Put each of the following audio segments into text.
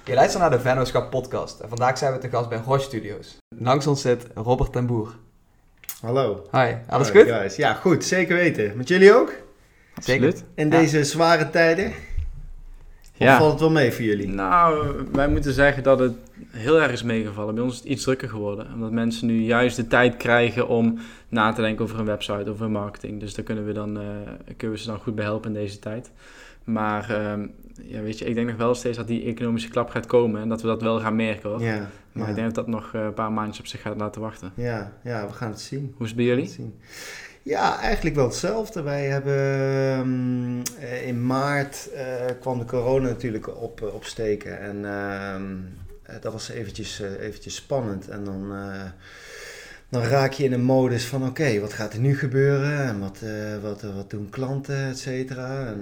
Je luistert naar de Vennootschap podcast en vandaag zijn we te gast bij Roche Studios. Langs ons zit Robert ten Boer. Hallo. Hi, alles goed? Guys. Ja, goed, zeker weten. Met jullie ook? Zeker. In deze zware tijden? Of valt het wel mee voor jullie? Nou, wij moeten zeggen dat het heel erg is meegevallen. Bij ons is het iets drukker geworden. Omdat mensen nu juist de tijd krijgen om na te denken over een website, over marketing. Dus daar kunnen we ze dan goed bij helpen in deze tijd. Maar weet je, ik denk nog wel steeds dat die economische klap gaat komen en dat we dat wel gaan merken hoor. Ja, maar ik denk dat dat nog een paar maandjes op zich gaat laten wachten. Ja, we gaan het zien. Hoe is het bij jullie? Ja, eigenlijk wel hetzelfde. Wij hebben in maart kwam de corona natuurlijk opsteken en dat was eventjes spannend. En dan raak je in een modus van oké, wat gaat er nu gebeuren en wat doen klanten, et cetera. En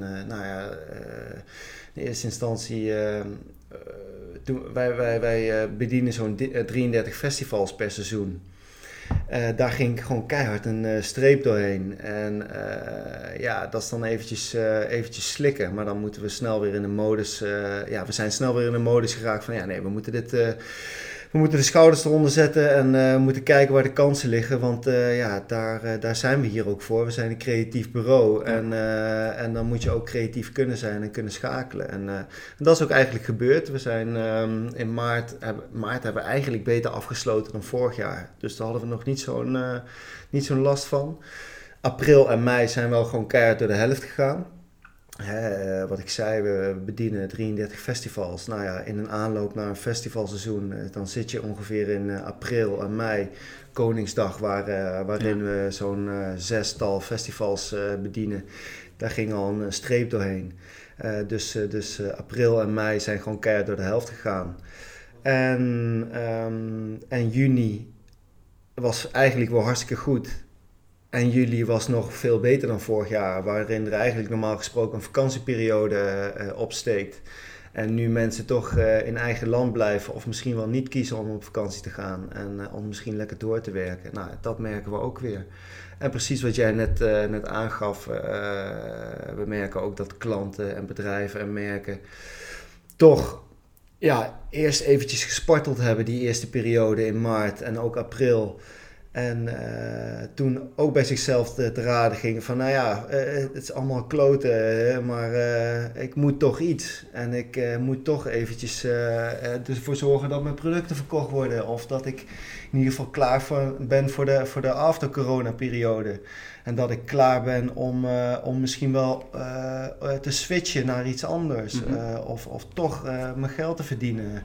in eerste instantie, wij bedienen zo'n 33 festivals per seizoen. Daar ging gewoon keihard een streep doorheen. En dat is dan eventjes slikken. Maar dan moeten we snel weer in de modus... we zijn snel weer in de modus geraakt van... we moeten we moeten de schouders eronder zetten en we moeten kijken waar de kansen liggen. Want daar zijn we hier ook voor. We zijn een creatief bureau. En dan moet je ook creatief kunnen zijn en kunnen schakelen. En dat is ook eigenlijk gebeurd. We zijn in maart hebben we eigenlijk beter afgesloten dan vorig jaar. Dus daar hadden we nog niet zo'n last van. April en mei zijn wel gewoon keihard door de helft gegaan. Wat ik zei, we bedienen 33 festivals. Nou ja, in een aanloop naar een festivalseizoen, dan zit je ongeveer in april en mei, Koningsdag, waarin we zo'n 6-tal festivals bedienen. Daar ging al een streep doorheen. Dus april en mei zijn gewoon keihard door de helft gegaan. En juni was eigenlijk wel hartstikke goed. En juli was nog veel beter dan vorig jaar, waarin er eigenlijk normaal gesproken een vakantieperiode opsteekt. En nu mensen toch in eigen land blijven of misschien wel niet kiezen om op vakantie te gaan en om misschien lekker door te werken. Nou, dat merken we ook weer. En precies wat jij net aangaf, we merken ook dat klanten en bedrijven en merken toch eerst eventjes gesparteld hebben die eerste periode in maart en ook april. En toen ook bij zichzelf te raden gingen van het is allemaal kloten, maar ik moet toch iets. En ik moet toch eventjes ervoor zorgen dat mijn producten verkocht worden. Of dat ik in ieder geval klaar ben voor de after-corona periode. En dat ik klaar ben om misschien wel te switchen naar iets anders. Mm-hmm. Of toch mijn geld te verdienen.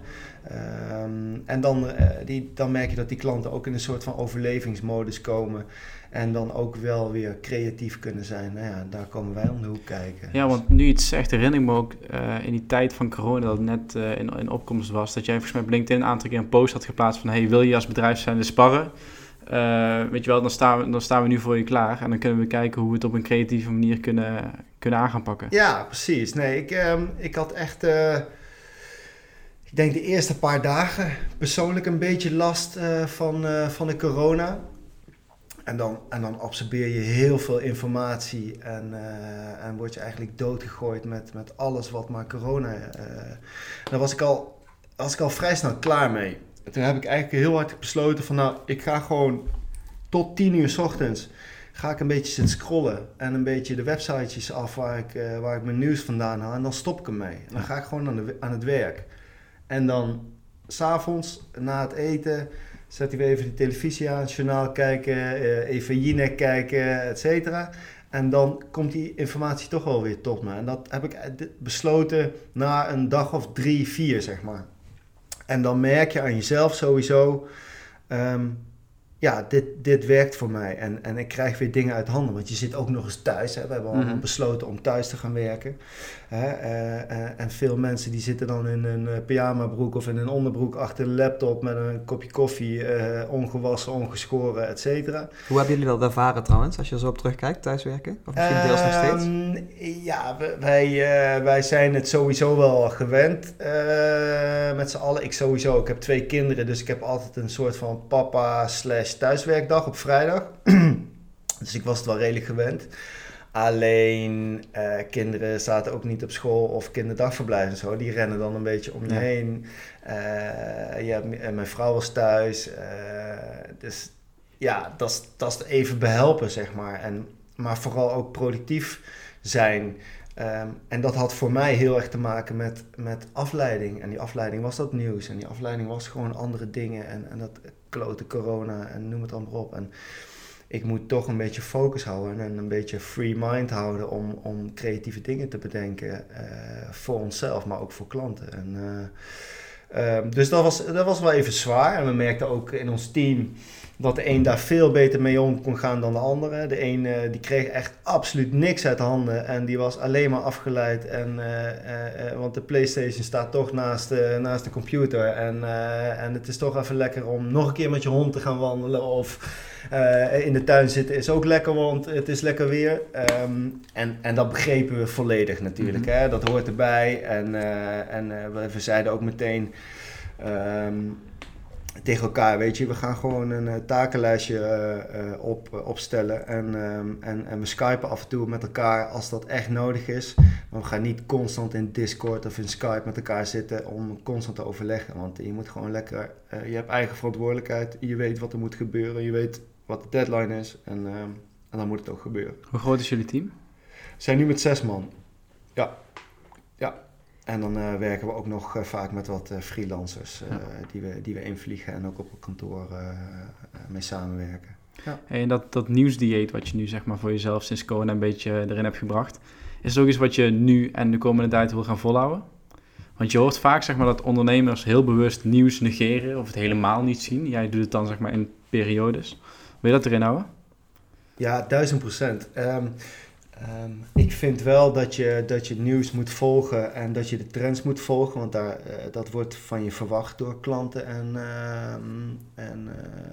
En dan merk je dat die klanten ook in een soort van overlevingsmodus komen. En dan ook wel weer creatief kunnen zijn. Nou ja, daar komen wij om de hoek kijken. Ja, want nu je het zegt, herinner ik me ook in die tijd van corona dat het net in opkomst was. Dat jij volgens mij op LinkedIn een aantal keer een post had geplaatst van wil je als bedrijf zijn sparren? Weet je wel, dan staan we nu voor je klaar. En dan kunnen we kijken hoe we het op een creatieve manier kunnen aan gaan pakken. Ja, precies. Nee, ik had echt... Ik denk de eerste paar dagen persoonlijk een beetje last van de corona. En dan absorbeer je heel veel informatie en word je eigenlijk doodgegooid met alles wat maar corona... Daar was ik al vrij snel klaar mee. Toen heb ik eigenlijk heel hard besloten van ik ga gewoon tot 10:00 's ochtends ga ik een beetje zitten scrollen en een beetje de websitejes af waar ik mijn nieuws vandaan haal en dan stop ik ermee. En dan ga ik gewoon aan het werk. En dan 's avonds na het eten zet hij weer even de televisie aan, het journaal kijken, even Jinek kijken, et cetera. En dan komt die informatie toch wel weer tot me. En dat heb ik besloten na een dag of 3, 4, zeg maar. En dan merk je aan jezelf sowieso, dit werkt voor mij. En ik krijg weer dingen uit handen, want je zit ook nog eens thuis. Hè. We hebben allemaal besloten om thuis te gaan werken. En veel mensen die zitten dan in een pyjamabroek of in een onderbroek achter de laptop met een kopje koffie, ongewassen, ongeschoren, et cetera. Hoe hebben jullie dat ervaren trouwens, als je er zo op terugkijkt, thuiswerken? Of misschien deels nog steeds? Ja, wij zijn het sowieso wel gewend met z'n allen. Ik heb 2 kinderen, dus ik heb altijd een soort van papa/thuiswerkdag op vrijdag. Dus ik was het wel redelijk gewend. Alleen kinderen zaten ook niet op school of kinderdagverblijf en zo. Die rennen dan een beetje om je heen. Mijn vrouw was thuis. Dus ja, dat is even behelpen, zeg maar. Maar vooral ook productief zijn. En dat had voor mij heel erg te maken met afleiding. En die afleiding was dat nieuws. En die afleiding was gewoon andere dingen. En dat klote corona en noem het dan maar op. En ik moet toch een beetje focus houden en een beetje free mind houden om creatieve dingen te bedenken. Voor onszelf, maar ook voor klanten. Dus dat was wel even zwaar. En we merkten ook in ons team dat de een daar veel beter mee om kon gaan dan de andere. De een die kreeg echt absoluut niks uit handen en die was alleen maar afgeleid. Want de PlayStation staat toch naast de computer. En het is toch even lekker om nog een keer met je hond te gaan wandelen. Of in de tuin zitten is ook lekker, want het is lekker weer. En dat begrepen we volledig natuurlijk. Hè? Dat hoort erbij. We zeiden ook meteen tegen elkaar, weet je, we gaan gewoon een takenlijstje opstellen en we skypen af en toe met elkaar als dat echt nodig is. Maar we gaan niet constant in Discord of in Skype met elkaar zitten om constant te overleggen, want je moet gewoon lekker, je hebt eigen verantwoordelijkheid, je weet wat er moet gebeuren, je weet wat de deadline is en dan moet het ook gebeuren. Hoe groot is jullie team? We zijn nu met 6 man. Ja. En dan werken we ook nog vaak met wat freelancers die we invliegen en ook op het kantoor mee samenwerken. Ja. En dat nieuwsdieet wat je nu zeg maar voor jezelf sinds corona een beetje erin hebt gebracht, is het ook iets wat je nu en de komende tijd wil gaan volhouden? Want je hoort vaak zeg maar dat ondernemers heel bewust nieuws negeren of het helemaal niet zien. Jij doet het dan zeg maar in periodes. Wil je dat erin houden? Ja, 1000%. Ik vind wel dat je nieuws moet volgen en dat je de trends moet volgen, want dat wordt van je verwacht door klanten en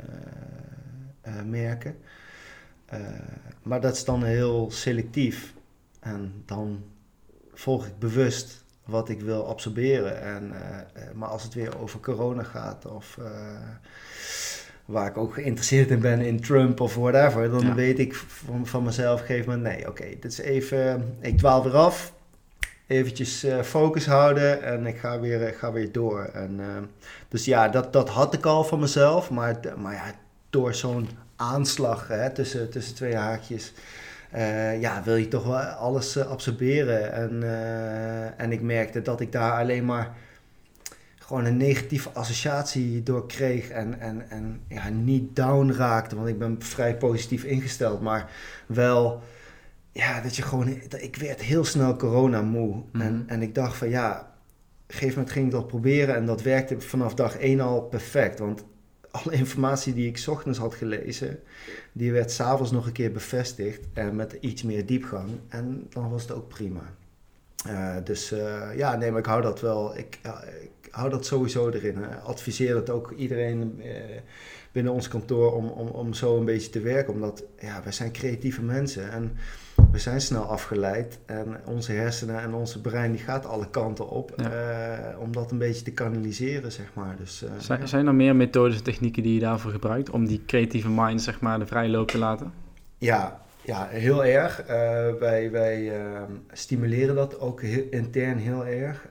merken. Maar dat is dan heel selectief en dan volg ik bewust wat ik wil absorberen. Maar als het weer over corona gaat of waar ik ook geïnteresseerd in ben in Trump of whatever, dan weet ik van mezelf op een gegeven moment, nee, oké, dit is even, ik dwaal weer af, eventjes focus houden en ik ga weer door. Dus ja, dat had ik al van mezelf, maar ja, door zo'n aanslag tussen 2 haakjes, wil je toch wel alles absorberen. En ik merkte dat ik daar alleen maar gewoon een negatieve associatie door kreeg en niet down raakte, want ik ben vrij positief ingesteld, maar wel, ja, dat je gewoon, ik werd heel snel corona moe. En ik dacht van ja, op een gegeven moment ging ik dat proberen en dat werkte vanaf dag 1 al perfect, want alle informatie die ik 's ochtends had gelezen, die werd 's avonds nog een keer bevestigd met iets meer diepgang en dan was het ook prima. Maar ik hou dat wel. Ik hou dat sowieso erin. Adviseer dat ook iedereen binnen ons kantoor om zo een beetje te werken. Omdat wij zijn creatieve mensen en we zijn snel afgeleid. En onze hersenen en onze brein die gaat alle kanten op. Om dat een beetje te kanaliseren, zeg maar. Dus, zijn er meer methodes en technieken die je daarvoor gebruikt om die creatieve mind zeg maar de vrije loop te laten? Ja, heel erg. Wij stimuleren dat ook intern heel erg.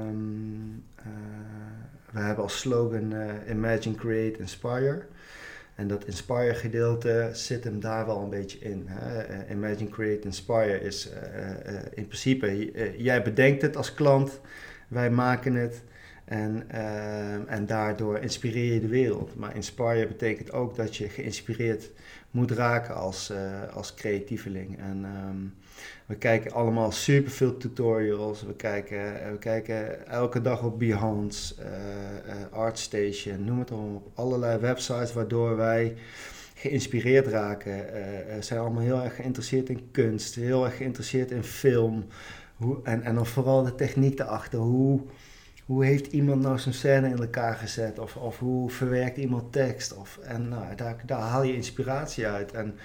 We hebben als slogan Imagine, Create, Inspire. En dat Inspire gedeelte zit hem daar wel een beetje in. Imagine, Create, Inspire is in principe, jij bedenkt het als klant, wij maken het. En daardoor inspireer je de wereld. Maar inspire betekent ook dat je geïnspireerd moet raken als creatieveling. En we kijken allemaal superveel tutorials. We kijken elke dag op Behance, ArtStation, noem het op. Allerlei websites waardoor wij geïnspireerd raken. Zijn allemaal heel erg geïnteresseerd in kunst, heel erg geïnteresseerd in film. En dan vooral de techniek erachter. Hoe heeft iemand nou zo'n scène in elkaar gezet? Of hoe verwerkt iemand tekst? Daar haal je inspiratie uit. En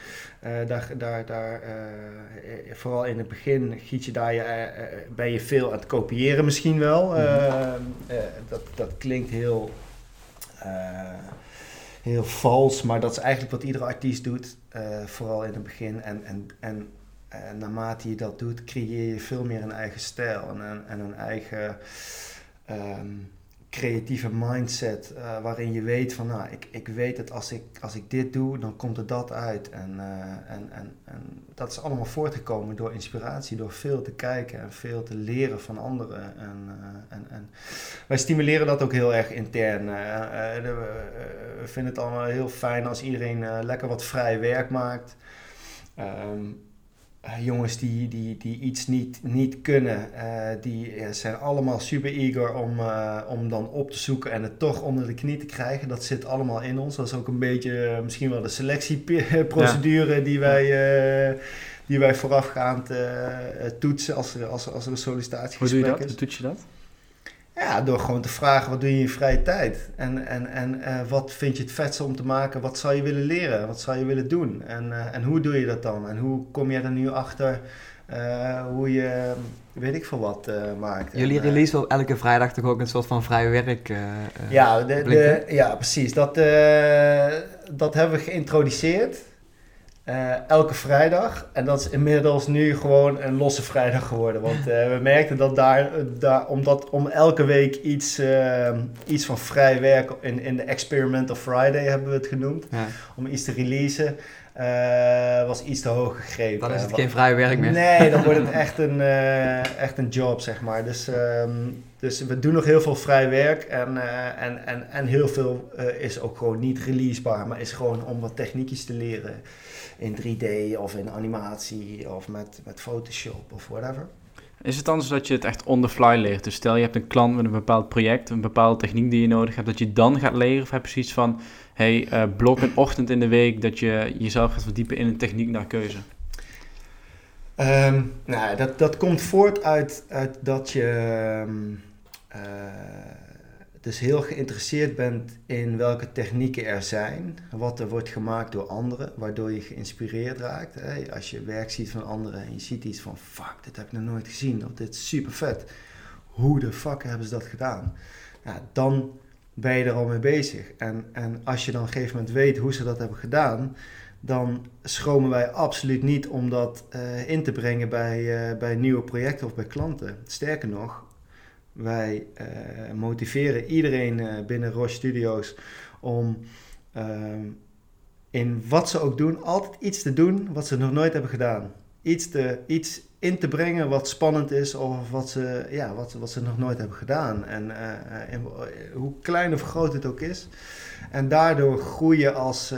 vooral in het begin ben je veel aan het kopiëren misschien wel. Dat klinkt heel vals, maar dat is eigenlijk wat iedere artiest doet. Vooral in het begin. En naarmate je dat doet, creëer je veel meer een eigen stijl en een eigen creatieve mindset, waarin je weet van, nou, ik weet dat als ik dit doe, dan komt er dat uit. En dat is allemaal voortgekomen door inspiratie, door veel te kijken en veel te leren van anderen. En wij stimuleren dat ook heel erg intern. We vinden het allemaal heel fijn als iedereen lekker wat vrij werk maakt. Jongens die iets niet kunnen, die zijn allemaal super eager om dan op te zoeken en het toch onder de knie te krijgen. Dat zit allemaal in ons. Dat is ook een beetje misschien wel de selectieprocedure die wij voorafgaand toetsen als er een sollicitatiegesprek is. Hoe doe je dat? Hoe toets je dat? Ja, door gewoon te vragen, wat doe je in je vrije tijd? En wat vind je het vetste om te maken? Wat zou je willen leren? Wat zou je willen doen? En hoe doe je dat dan? En hoe kom je er nu achter hoe je, weet ik veel wat, maakt? Jullie release wel elke vrijdag toch ook een soort van vrij werk ja, precies. Dat hebben we geïntroduceerd. Elke vrijdag. En dat is inmiddels nu gewoon een losse vrijdag geworden. Want we merkten dat om elke week iets van vrij werk in de Experimental Friday hebben we het genoemd. Ja. Om iets te releasen. Was iets te hoog gegrepen. Dan is het geen vrij werk meer. Nee, dan wordt het echt een job, zeg maar. Dus we doen nog heel veel vrij werk. En heel veel is ook gewoon niet releasebaar. Maar is gewoon om wat techniekjes te leren. In 3D of in animatie of met Photoshop of whatever. Is het dan zo dat je het echt on the fly leert? Dus stel je hebt een klant met een bepaald project, een bepaalde techniek die je nodig hebt, dat je dan gaat leren? Of heb je zoiets van, blok een ochtend in de week dat je jezelf gaat verdiepen in een techniek naar keuze? Dat komt voort uit dat je dus heel geïnteresseerd bent in welke technieken er zijn, wat er wordt gemaakt door anderen, waardoor je geïnspireerd raakt. Als je werk ziet van anderen en je ziet iets van, fuck, dit heb ik nog nooit gezien, of dit is super vet. Hoe de fuck hebben ze dat gedaan? Ja, dan ben je er al mee bezig. En als je dan op een gegeven moment weet hoe ze dat hebben gedaan, dan schromen wij absoluut niet om dat in te brengen bij nieuwe projecten of bij klanten. Sterker nog, wij motiveren iedereen binnen Roche Studios om in wat ze ook doen, altijd iets te doen wat ze nog nooit hebben gedaan. Iets in te brengen wat spannend is of wat ze nog nooit hebben gedaan. En hoe klein of groot het ook is. En daardoor groeien als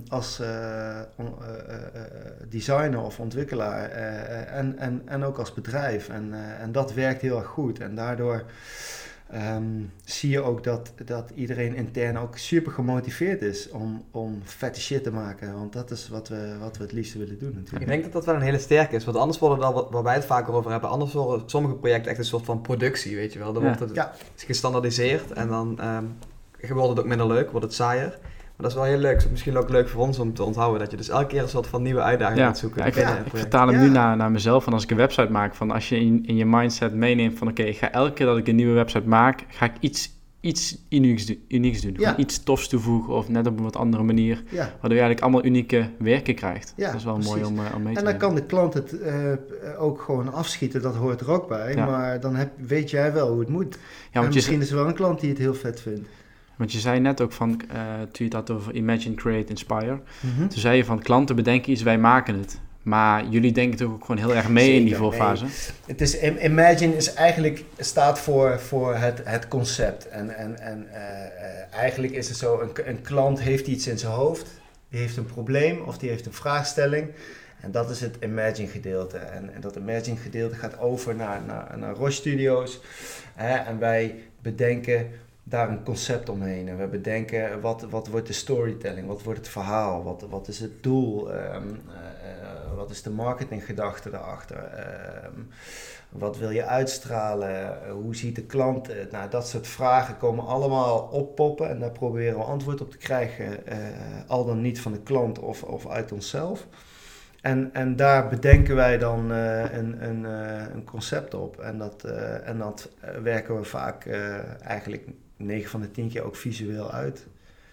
designer of ontwikkelaar en ook als bedrijf. En dat werkt heel erg goed. En daardoor zie je ook dat iedereen intern ook super gemotiveerd is om vette shit te maken. Want dat is wat we het liefste willen doen natuurlijk. Ik denk dat dat wel een hele sterke is. Want anders worden dan, waar wij het vaker over hebben, anders worden sommige projecten echt een soort van productie, weet je wel. Dan wordt het gestandaardiseerd en dan wordt het ook minder leuk, wordt het saaier. Maar dat is wel heel leuk. Misschien ook leuk voor ons om te onthouden. Dat je dus elke keer een soort van nieuwe uitdaging moet zoeken. Ik vertaal hem nu naar mezelf. Van als ik een website maak. Van als je in je mindset meeneemt van ik ga elke keer dat ik een nieuwe website maak, ga ik iets unieks doen. Gewoon iets tofs toevoegen of net op een wat andere manier. Ja. Waardoor je eigenlijk allemaal unieke werken krijgt. Ja, dat is wel precies. Mooi om mee te nemen. En dan kan de klant het ook gewoon afschieten. Dat hoort er ook bij. Ja. Maar dan weet jij wel hoe het moet. Ja, en misschien is er wel een klant die het heel vet vindt. Want je zei net ook van, toen je het had over Imagine, Create, Inspire. Mm-hmm. Toen zei je van, klanten bedenken iets, wij maken het. Maar jullie denken toch ook gewoon heel erg mee. Zeker, in die voorfase? Nee. Het is, Imagine staat voor het concept. En eigenlijk is het zo, een klant heeft iets in zijn hoofd. Die heeft een probleem of die heeft een vraagstelling. En dat is het Imagine gedeelte. En dat Imagine gedeelte gaat over naar Roche Studios. En wij bedenken daar een concept omheen. En we bedenken wat wordt de storytelling, wat wordt het verhaal, wat is het doel, wat is de marketinggedachte daarachter, wat wil je uitstralen, hoe ziet de klant het? Nou, dat soort vragen komen allemaal oppoppen en daar proberen we antwoord op te krijgen, al dan niet van de klant of uit onszelf. En daar bedenken wij dan een concept op en dat werken we vaak eigenlijk 9 van de 10 keer ook visueel uit.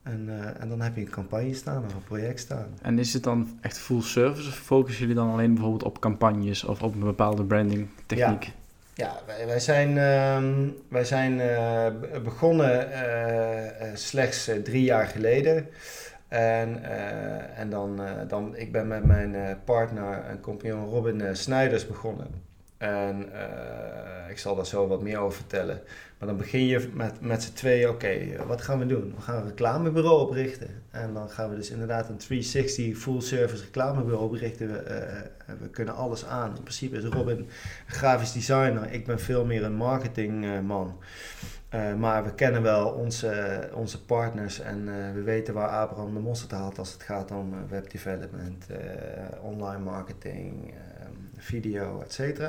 En dan heb je een campagne staan of een project staan. En is het dan echt full service of focussen jullie dan alleen bijvoorbeeld op campagnes of op een bepaalde branding techniek? Ja, wij zijn begonnen slechts 3 jaar geleden. En dan ik ben met mijn partner en compagnon Robin Snijders begonnen. En ik zal daar zo wat meer over vertellen. Maar dan begin je met z'n tweeën, oké, wat gaan we doen? We gaan een reclamebureau oprichten. En dan gaan we dus inderdaad een 360 full service reclamebureau oprichten. We kunnen alles aan. In principe is Robin een grafisch designer. Ik ben veel meer een marketingman. Maar we kennen wel onze partners en we weten waar Abraham de mosterd haalt als het gaat om webdevelopment, online marketing, video, etc.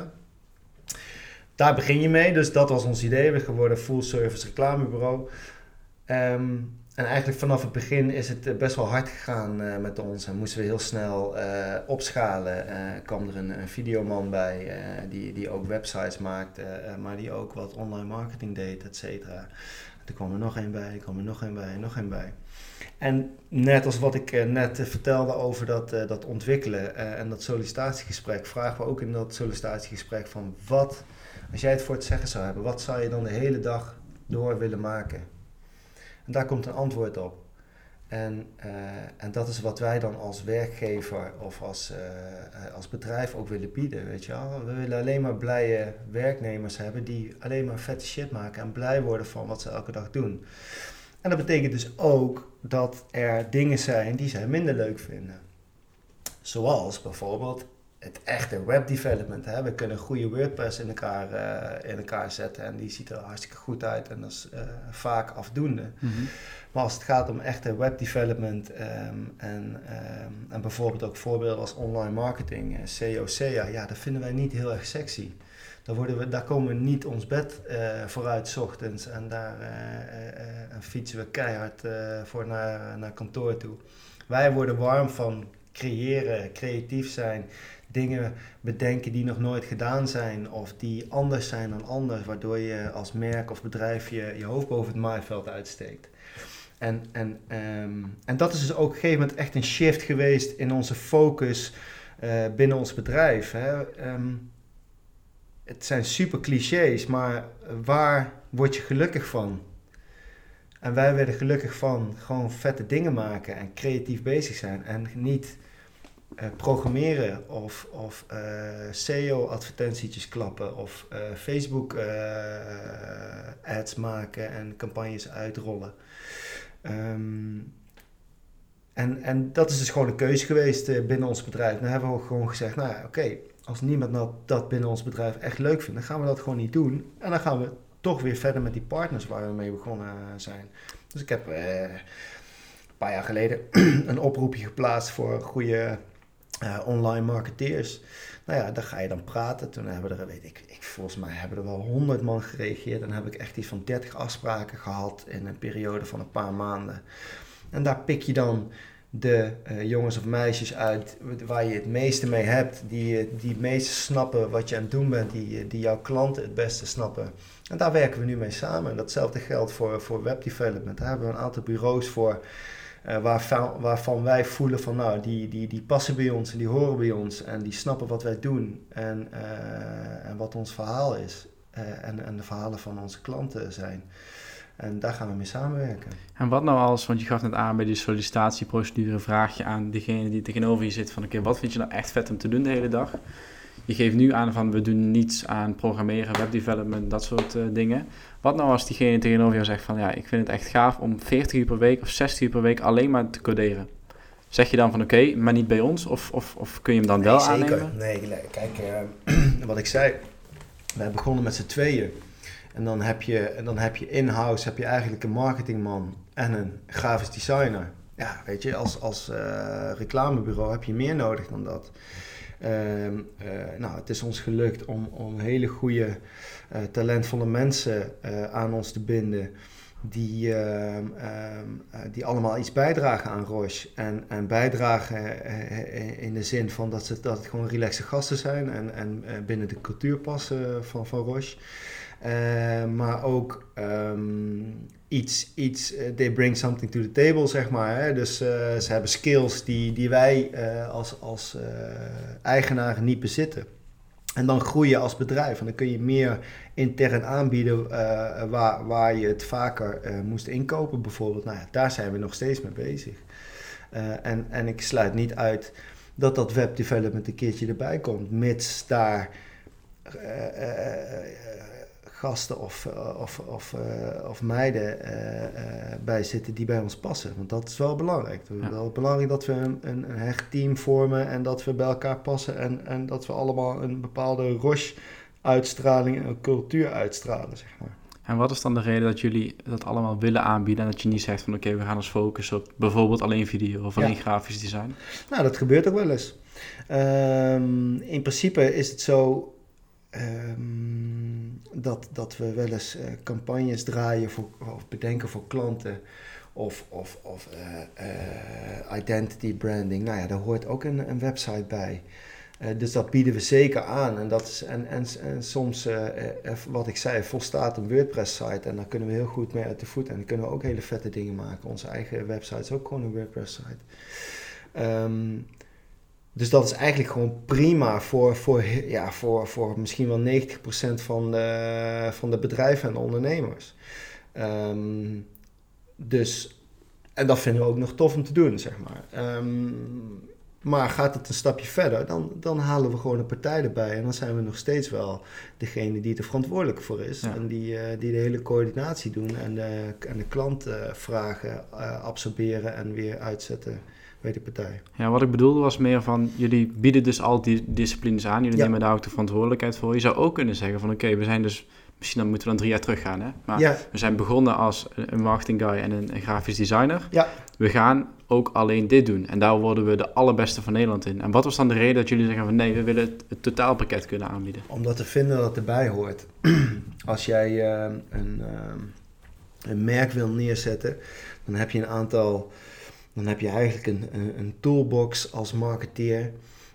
Daar begin je mee, dus dat was ons idee. We zijn geworden een full service reclamebureau. En eigenlijk vanaf het begin is het best wel hard gegaan met ons en moesten we heel snel opschalen. Kwam er een videoman bij die ook websites maakte, maar die ook wat online marketing deed, et cetera. Er kwam er nog één bij, nog één bij. En net als wat ik net vertelde over dat ontwikkelen en dat sollicitatiegesprek, vragen we ook in dat sollicitatiegesprek van wat, als jij het voor het zeggen zou hebben, wat zou je dan de hele dag door willen maken? En daar komt een antwoord op. En dat is wat wij dan als werkgever of als bedrijf ook willen bieden, weet je wel. We willen alleen maar blije werknemers hebben die alleen maar vette shit maken en blij worden van wat ze elke dag doen. En dat betekent dus ook dat er dingen zijn die zij minder leuk vinden. Zoals bijvoorbeeld het echte webdevelopment. Hè? We kunnen een goede WordPress in elkaar zetten en die ziet er hartstikke goed uit en dat is vaak afdoende. Mm-hmm. Maar als het gaat om echte webdevelopment en bijvoorbeeld ook voorbeelden als online marketing, SEO, SEA, ja, dat vinden wij niet heel erg sexy. Daar komen we niet ons bed vooruit 's ochtends en daar fietsen we keihard voor naar kantoor toe. Wij worden warm van creëren, creatief zijn, dingen bedenken die nog nooit gedaan zijn of die anders zijn dan anders, waardoor je als merk of bedrijf je hoofd boven het maaiveld uitsteekt. En dat is dus ook op een gegeven moment echt een shift geweest in onze focus binnen ons bedrijf. Hè. Het zijn super clichés, maar waar word je gelukkig van? En wij werden gelukkig van gewoon vette dingen maken en creatief bezig zijn en niet programmeren of SEO-advertentietjes klappen of Facebook ads maken en campagnes uitrollen. En dat is dus gewoon een keuze geweest binnen ons bedrijf. Dan hebben we ook gewoon gezegd, nou oké, als niemand dat binnen ons bedrijf echt leuk vindt, dan gaan we dat gewoon niet doen. En dan gaan we toch weer verder met die partners waar we mee begonnen zijn. Dus ik heb een paar jaar geleden een oproepje geplaatst voor goede online marketeers. Nou ja, daar ga je dan praten. Toen hebben er, volgens mij hebben er wel 100 man gereageerd. Dan heb ik echt iets van 30 afspraken gehad in een periode van een paar maanden. En daar pik je dan de jongens of meisjes uit waar je het meeste mee hebt, die het meeste snappen wat je aan het doen bent, die jouw klanten het beste snappen. En daar werken we nu mee samen. Datzelfde geldt voor webdevelopment. Daar hebben we een aantal bureaus voor waarvan wij voelen van nou, die passen bij ons en die horen bij ons en die snappen wat wij doen en wat ons verhaal is en de verhalen van onze klanten zijn. En daar gaan we mee samenwerken. En wat nou als, want je gaf net aan bij die sollicitatieprocedure, vraag je aan degene die tegenover je zit van oké, wat vind je nou echt vet om te doen de hele dag? Je geeft nu aan van we doen niets aan programmeren, webdevelopment, dat soort dingen. Wat nou als diegene tegenover jou zegt van ja, ik vind het echt gaaf om 40 uur per week of 60 uur per week alleen maar te coderen? Zeg je dan van oké, maar niet bij ons? Of kun je hem dan wel zeker aannemen? Nee, kijk, wat ik zei, wij begonnen met z'n tweeën. En dan heb je in-house heb je eigenlijk een marketingman en een grafisch designer. Ja, weet je, als reclamebureau heb je meer nodig dan dat. Het is ons gelukt om hele goede, talentvolle mensen aan ons te binden. die allemaal iets bijdragen aan Roche. En bijdragen in de zin van dat het gewoon relaxe gasten zijn en binnen de cultuur passen van Roche. Maar ook they bring something to the table, zeg maar. Hè? Dus ze hebben skills die wij als eigenaren niet bezitten. En dan groei je als bedrijf. En dan kun je meer intern aanbieden waar je het vaker moest inkopen bijvoorbeeld. Nou ja, daar zijn we nog steeds mee bezig. En ik sluit niet uit dat webdevelopment een keertje erbij komt. Mits daar gasten of meiden bij zitten die bij ons passen. Want dat is wel belangrijk. Het is wel belangrijk dat we een hecht team vormen en dat we bij elkaar passen en dat we allemaal een bepaalde Roche-uitstraling en een cultuur uitstralen, zeg maar. En wat is dan de reden dat jullie dat allemaal willen aanbieden en dat je niet zegt van oké, we gaan ons focussen op bijvoorbeeld alleen video of alleen grafisch design? Nou, dat gebeurt ook wel eens. In principe is het zo dat we wel eens campagnes draaien of bedenken voor klanten of identity branding. Nou ja, daar hoort ook een website bij. Dus dat bieden we zeker aan. En, dat is, en soms, wat ik zei, volstaat een WordPress-site. En daar kunnen we heel goed mee uit de voet. En dan kunnen we ook hele vette dingen maken. Onze eigen website is ook gewoon een WordPress-site. Dus dat is eigenlijk gewoon prima voor misschien wel 90% van de bedrijven en de ondernemers. En dat vinden we ook nog tof om te doen, zeg maar. Maar gaat het een stapje verder, dan halen we gewoon een partij erbij. En dan zijn we nog steeds wel degene die er verantwoordelijk voor is. Ja. En die de hele coördinatie doen en de klantvragen absorberen en weer uitzetten bij de partij. Ja, wat ik bedoelde was meer van, jullie bieden dus al die disciplines aan. Jullie nemen daar ook de verantwoordelijkheid voor. Je zou ook kunnen zeggen van oké, we zijn dus... Misschien dan moeten we dan 3 jaar teruggaan, hè? Maar we zijn begonnen als een marketing guy en een grafisch designer. Ja. We gaan ook alleen dit doen. En daar worden we de allerbeste van Nederland in. En wat was dan de reden dat jullie zeggen van nee, we willen het totaalpakket kunnen aanbieden? Omdat we vinden dat het erbij hoort. Als jij een merk wil neerzetten, dan heb je dan heb je eigenlijk een toolbox als marketeer.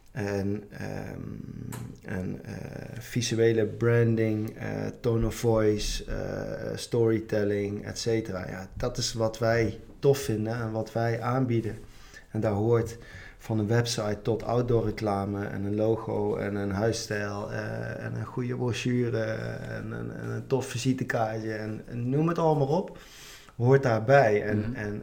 En visuele branding, tone of voice, storytelling, etc. Ja, dat is wat wij tof vinden en wat wij aanbieden. En daar hoort van een website tot outdoor reclame en een logo en een huisstijl en een goede brochure en een tof visitekaartje en noem het allemaal op. Hoort daarbij. En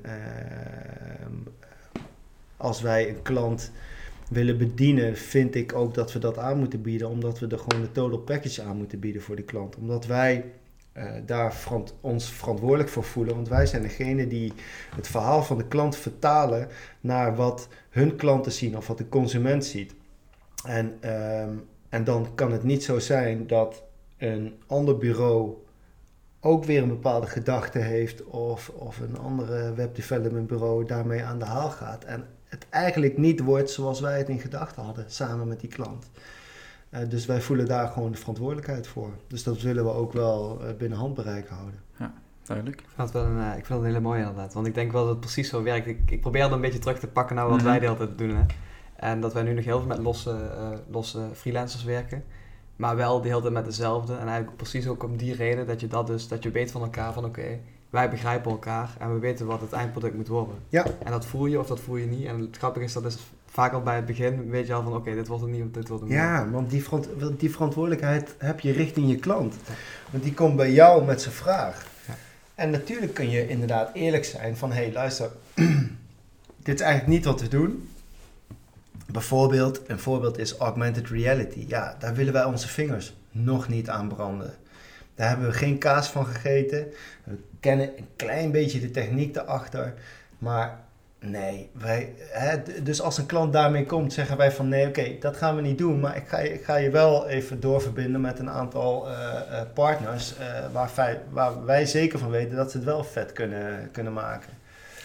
als wij een klant willen bedienen, vind ik ook dat we dat aan moeten bieden, omdat we er gewoon de total package aan moeten bieden voor de klant. Omdat wij daar ons verantwoordelijk voor voelen, want wij zijn degene die het verhaal van de klant vertalen naar wat hun klanten zien of wat de consument ziet. En dan kan het niet zo zijn dat een ander bureau ook weer een bepaalde gedachte heeft of een andere webdevelopment bureau daarmee aan de haal gaat. En het eigenlijk niet wordt zoals wij het in gedachten hadden, samen met die klant. Dus wij voelen daar gewoon de verantwoordelijkheid voor. Dus dat willen we ook wel binnen handbereik houden. Ja, duidelijk. Ik vind het een hele mooie inderdaad. Want ik denk wel dat het precies zo werkt. Ik probeer het een beetje terug te pakken naar wat wij de hele tijd doen. Hè. En dat wij nu nog heel veel met losse freelancers werken. Maar wel de hele tijd met dezelfde. En eigenlijk precies ook om die reden dat je weet van elkaar van oké, wij begrijpen elkaar en we weten wat het eindproduct moet worden. Ja. En dat voel je of dat voel je niet. En het grappige is dat is vaak al bij het begin weet je al van oké, dit wordt het niet of dit wordt het niet. Ja, want die verantwoordelijkheid heb je richting je klant. Want die komt bij jou met zijn vraag. Ja. En natuurlijk kun je inderdaad eerlijk zijn van hey, luister, dit is eigenlijk niet wat we doen. Bijvoorbeeld, een voorbeeld is augmented reality. Ja, daar willen wij onze vingers nog niet aan branden. Daar hebben we geen kaas van gegeten. We kennen een klein beetje de techniek erachter. Maar nee, dus als een klant daarmee komt, zeggen wij van nee, oké, dat gaan we niet doen. Maar ik ga je wel even doorverbinden met een aantal partners waar wij zeker van weten dat ze het wel vet kunnen maken.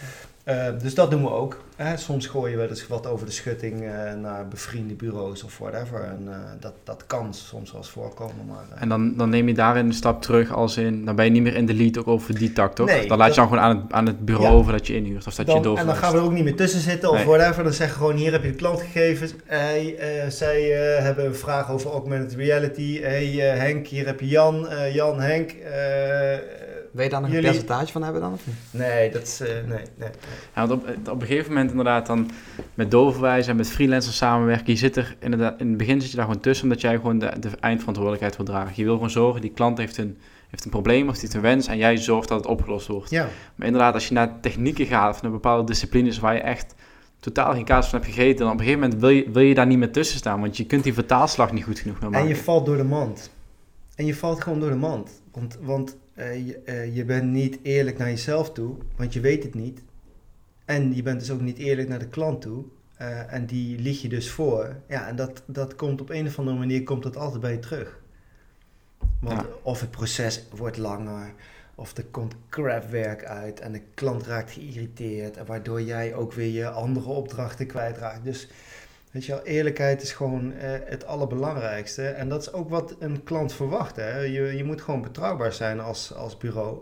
Dus dat doen we ook. Soms gooien we dus wat over de schutting naar bevriende bureaus of whatever. En dat kan soms wel eens voorkomen. Maar, en dan neem je daarin een stap terug als in... Dan ben je niet meer in de lead ook over die tak, toch? Nee, dan laat je dan gewoon aan het bureau over dat je inhuurt. Of dat je doorverwijst. En dan gaan we er ook niet meer tussen zitten of whatever. Dan zeggen we gewoon, hier heb je de klantgegevens. Zij hebben een vraag over augmented reality. Henk, hier heb je Jan. Jan, Henk... Weet je daar nog een percentage van hebben dan? Of niet? Nee, dat is... nee. Ja, want op een gegeven moment inderdaad dan met doorverwijzen en met freelancers samenwerken. Je zit er inderdaad, in het begin zit je daar gewoon tussen, omdat jij gewoon de eindverantwoordelijkheid wil dragen. Je wil gewoon zorgen, die klant heeft een probleem of die heeft een wens en jij zorgt dat het opgelost wordt. Ja. Maar inderdaad, als je naar technieken gaat of naar bepaalde disciplines waar je echt totaal geen kaas van hebt gegeten, dan op een gegeven moment wil je daar niet meer tussen staan, want je kunt die vertaalslag niet goed genoeg meer maken. En je valt door de mand. Gewoon door de mand. Want je bent niet eerlijk naar jezelf toe, want je weet het niet. En je bent dus ook niet eerlijk naar de klant toe. En die lieg je dus voor. Ja, en dat komt op een of andere manier komt dat altijd bij je terug. Want of het proces wordt langer, of er komt crapwerk uit en de klant raakt geïrriteerd, waardoor jij ook weer je andere opdrachten kwijtraakt. Dus weet je wel, eerlijkheid is gewoon het allerbelangrijkste. En dat is ook wat een klant verwacht. Hè? Je moet gewoon betrouwbaar zijn als bureau.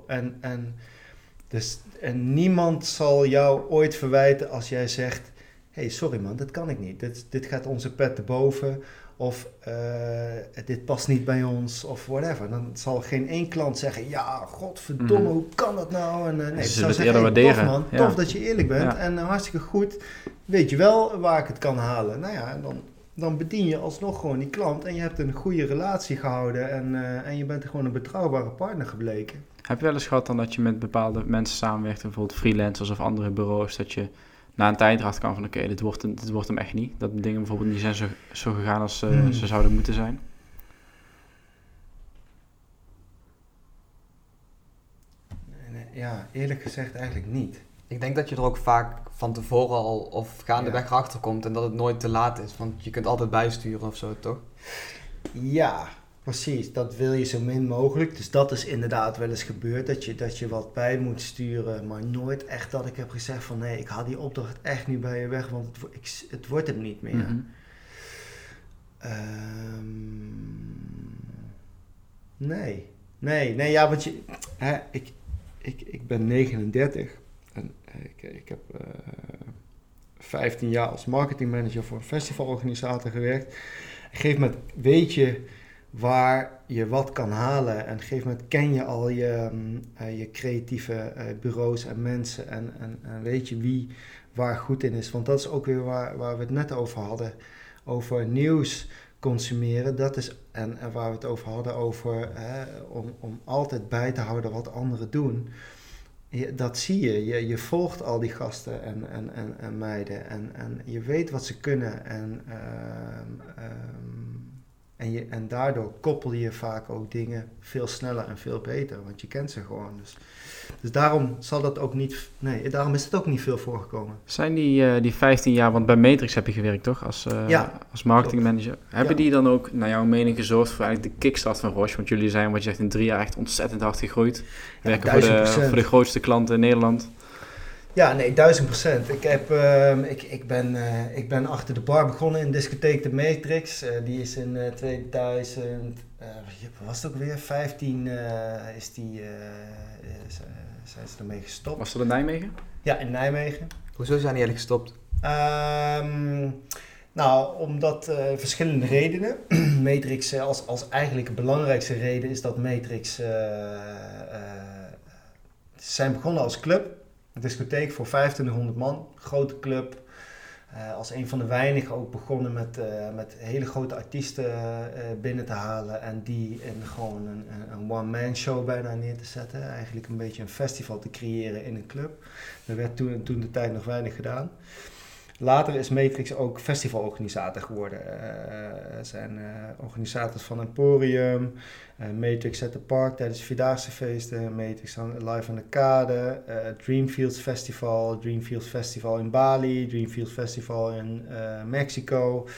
En niemand zal jou ooit verwijten als jij zegt... Hey, sorry man, dat kan ik niet. Dit gaat onze pet te boven. Of dit past niet bij ons. Of whatever. Dan zal geen één klant zeggen... Ja, godverdomme, hoe kan dat nou? En, nee, ze zou het zeggen, eerder waarderen. Tof man, tof dat je eerlijk bent. En hartstikke goed. Weet je wel waar ik het kan halen. Nou ja, dan bedien je alsnog gewoon die klant. En je hebt een goede relatie gehouden. En je bent gewoon een betrouwbare partner gebleken. Heb je wel eens gehad dan dat je met bepaalde mensen samenwerkt, bijvoorbeeld freelancers of andere bureaus, dat je na een tijd erachter kan van oké, dit wordt hem echt niet. Dat dingen bijvoorbeeld niet zijn zo gegaan als ze zouden moeten zijn? Nee, ja, eerlijk gezegd eigenlijk niet. Ik denk dat je er ook vaak van tevoren al of gaandeweg achter komt en dat het nooit te laat is. Want je kunt altijd bijsturen of zo, toch? Ja, precies. Dat wil je zo min mogelijk. Dus dat is inderdaad wel eens gebeurd, dat je wat bij moet sturen. Maar nooit echt dat ik heb gezegd van nee, ik haal die opdracht echt nu bij je weg, want het wordt hem niet meer. Mm-hmm. Nee, ja, want ik ben 39 en ik heb 15 jaar als marketingmanager voor een festivalorganisator gewerkt. Op een gegeven moment weet je waar je wat kan halen en op een gegeven moment ken je al je creatieve bureaus en mensen en weet je wie waar goed in is. Want dat is ook weer waar we het net over hadden, over nieuws consumeren. Dat is en waar we het over hadden over om altijd bij te houden wat anderen doen. Dat zie je. Je volgt al die gasten en meiden en je weet wat ze kunnen en daardoor koppel je vaak ook dingen veel sneller en veel beter, want je kent ze gewoon. Dus daarom zal dat ook niet, daarom is het ook niet veel voorgekomen. Zijn die 15 jaar, want bij Matrix heb je gewerkt toch, als marketingmanager. Hebben die dan ook, naar jouw mening, gezorgd voor eigenlijk de kickstart van Roche? Want jullie zijn, wat je zegt, in 3 jaar echt ontzettend hard gegroeid. Werken voor de grootste klanten in Nederland. Ja, nee, 1000%. Ik ben achter de bar begonnen in discotheek de Matrix. Die is in 2000, wat was het ook weer? 15 zijn ze ermee gestopt. Was dat in Nijmegen? Ja, in Nijmegen. Hoezo zijn die eigenlijk gestopt? Nou, omdat verschillende redenen. Matrix als eigenlijk de belangrijkste reden is dat Matrix zijn begonnen als club. Een discotheek voor 2500 man, grote club. Als een van de weinigen ook begonnen met hele grote artiesten binnen te halen en die gewoon een one-man show bijna neer te zetten. Eigenlijk een beetje een festival te creëren in een club. Er werd toen de tijd nog weinig gedaan. Later is Matrix ook festivalorganisator geworden. Er zijn organisators van Emporium, Matrix at the Park tijdens Vierdaagse feesten, Matrix Live aan de Kade, Dreamfields Festival in Bali, Dreamfields Festival in Mexico,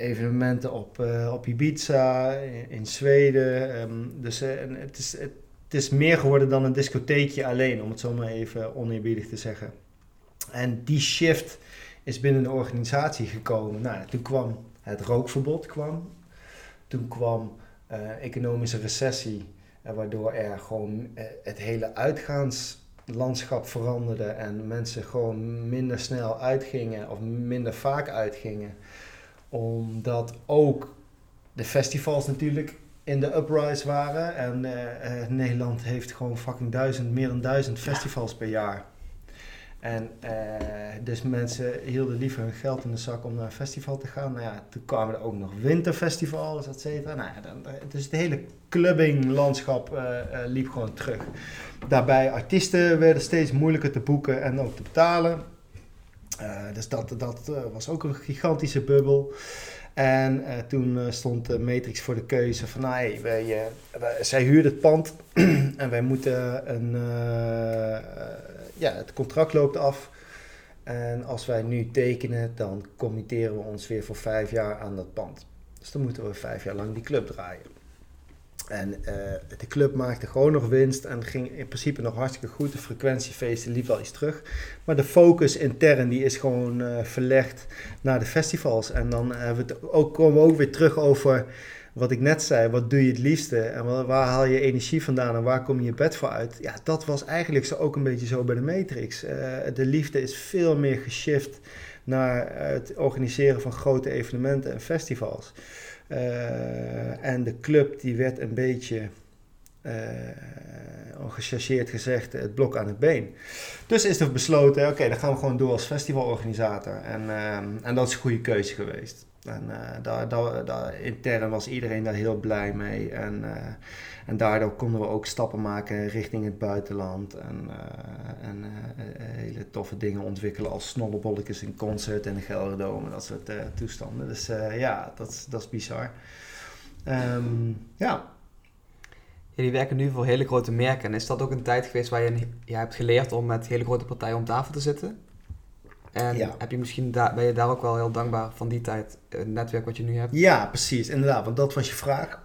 evenementen op Ibiza, in Zweden. Dus het is meer geworden dan een discotheekje alleen, om het zo maar even oneerbiedig te zeggen. En die shift is binnen de organisatie gekomen. Nou, toen kwam het rookverbod. Toen kwam economische recessie, waardoor er gewoon het hele uitgaanslandschap veranderde en mensen gewoon minder snel uitgingen of minder vaak uitgingen. Omdat ook de festivals natuurlijk in de uprise waren. En Nederland heeft gewoon fucking meer dan 1000 festivals per jaar. En dus mensen hielden liever hun geld in de zak om naar een festival te gaan. Nou ja, toen kwamen er ook nog winterfestivals, et cetera. Nou ja, dus het hele clubbinglandschap liep gewoon terug. Daarbij artiesten werden steeds moeilijker te boeken en ook te betalen. Dus dat was ook een gigantische bubbel. En toen stond Matrix voor de keuze van, zij huurde het pand en wij moeten het contract loopt af. En als wij nu tekenen, dan committeren we ons weer voor 5 jaar aan dat pand. Dus dan moeten we 5 jaar lang die club draaien. En de club maakte gewoon nog winst en ging in principe nog hartstikke goed. De frequentiefeesten liep wel iets terug. Maar de focus intern die is gewoon verlegd naar de festivals. En dan komen we ook weer terug over wat ik net zei. Wat doe je het liefste? En waar haal je energie vandaan en waar kom je bed voor uit? Ja, dat was eigenlijk ook een beetje zo bij de Matrix. De liefde is veel meer geshift naar het organiseren van grote evenementen en festivals. En de club die werd een beetje, gechargeerd gezegd, het blok aan het been. Dus is er besloten, oké, dan gaan we gewoon door als festivalorganisator. En dat is een goede keuze geweest. En daar intern was iedereen daar heel blij mee. En daardoor konden we ook stappen maken richting het buitenland. En hele toffe dingen ontwikkelen als snollebolletjes in concert en de Gelderdoom en dat soort toestanden. Dus dat is bizar. Jullie werken nu voor hele grote merken. En is dat ook een tijd geweest waar je hebt geleerd om met hele grote partijen om tafel te zitten? En heb je misschien ben je daar ook wel heel dankbaar van die tijd, het netwerk wat je nu hebt? Ja, precies, inderdaad, want dat was je vraag.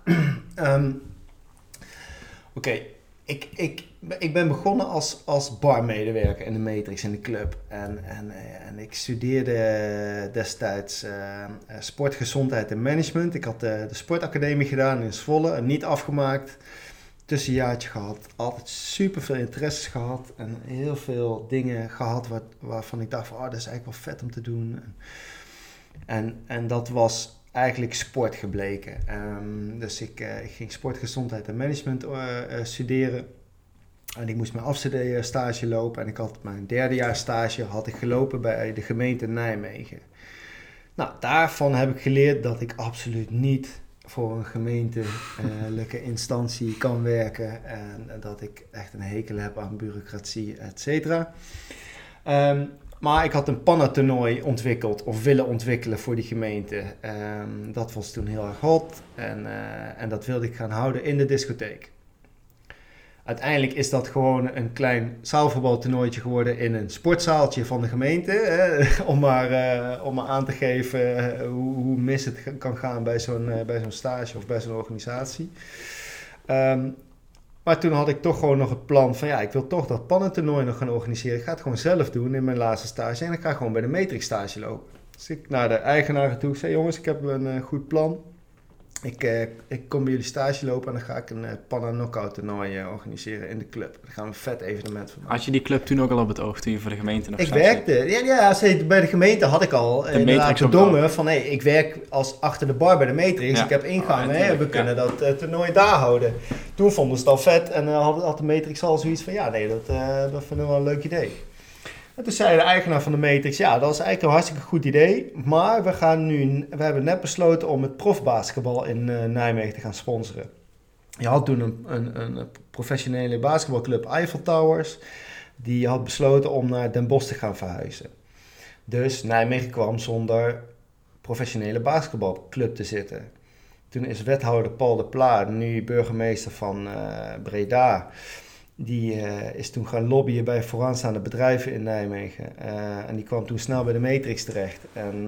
Oké, ik ben begonnen als barmedewerker in de Matrix in de club. En ik studeerde destijds sportgezondheid en management. Ik had de sportacademie gedaan in Zwolle, niet afgemaakt. Tussenjaartje gehad, altijd super veel interesses gehad en heel veel dingen gehad waarvan ik dacht van, dat is eigenlijk wel vet om te doen. En dat was eigenlijk sport gebleken. Dus ik ging sportgezondheid en management studeren. En ik moest mijn afstudeerstage lopen en ik had mijn 3e jaar stage gelopen bij de gemeente Nijmegen. Nou, daarvan heb ik geleerd dat ik absoluut niet voor een gemeentelijke instantie kan werken en dat ik echt een hekel heb aan bureaucratie, et cetera. Maar ik had een panna-toernooi ontwikkeld of willen ontwikkelen voor die gemeente. Dat was toen heel erg hot en dat wilde ik gaan houden in de discotheek. Uiteindelijk is dat gewoon een klein zaalvoetbaltoernooitje geworden in een sportzaaltje van de gemeente. Om maar aan te geven hoe mis het kan gaan bij zo'n stage of bij zo'n organisatie. Maar toen had ik toch gewoon nog het plan van ik wil toch dat pannentoernooi nog gaan organiseren. Ik ga het gewoon zelf doen in mijn laatste stage en ik ga gewoon bij de Matrix stage lopen. Dus ik naar de eigenaren toe zei, jongens, ik heb een goed plan. Ik kom bij jullie stage lopen en dan ga ik een panna knockout toernooi organiseren in de club. Daar gaan we een vet evenement van maken. Had je die club toen ook al op het oog toen je voor de gemeente nog Ik werkte, bij de gemeente had ik al bedongen van ik werk als achter de bar bij de Matrix. Ja. Ik heb ingang, we kunnen dat toernooi daar houden. Toen vonden ze het al vet en had de Matrix al zoiets van dat vinden we wel een leuk idee. En toen zei de eigenaar van de Matrix, dat is eigenlijk een hartstikke goed idee, maar we hebben net besloten om het profbasketbal in Nijmegen te gaan sponsoren. Je had toen een professionele basketbalclub Eiffel Towers, die had besloten om naar Den Bosch te gaan verhuizen. Dus Nijmegen kwam zonder professionele basketbalclub te zitten. Toen is wethouder Paul de Pla, nu burgemeester van Breda, die is toen gaan lobbyen bij vooraanstaande bedrijven in Nijmegen. En die kwam toen snel bij de Matrix terecht. En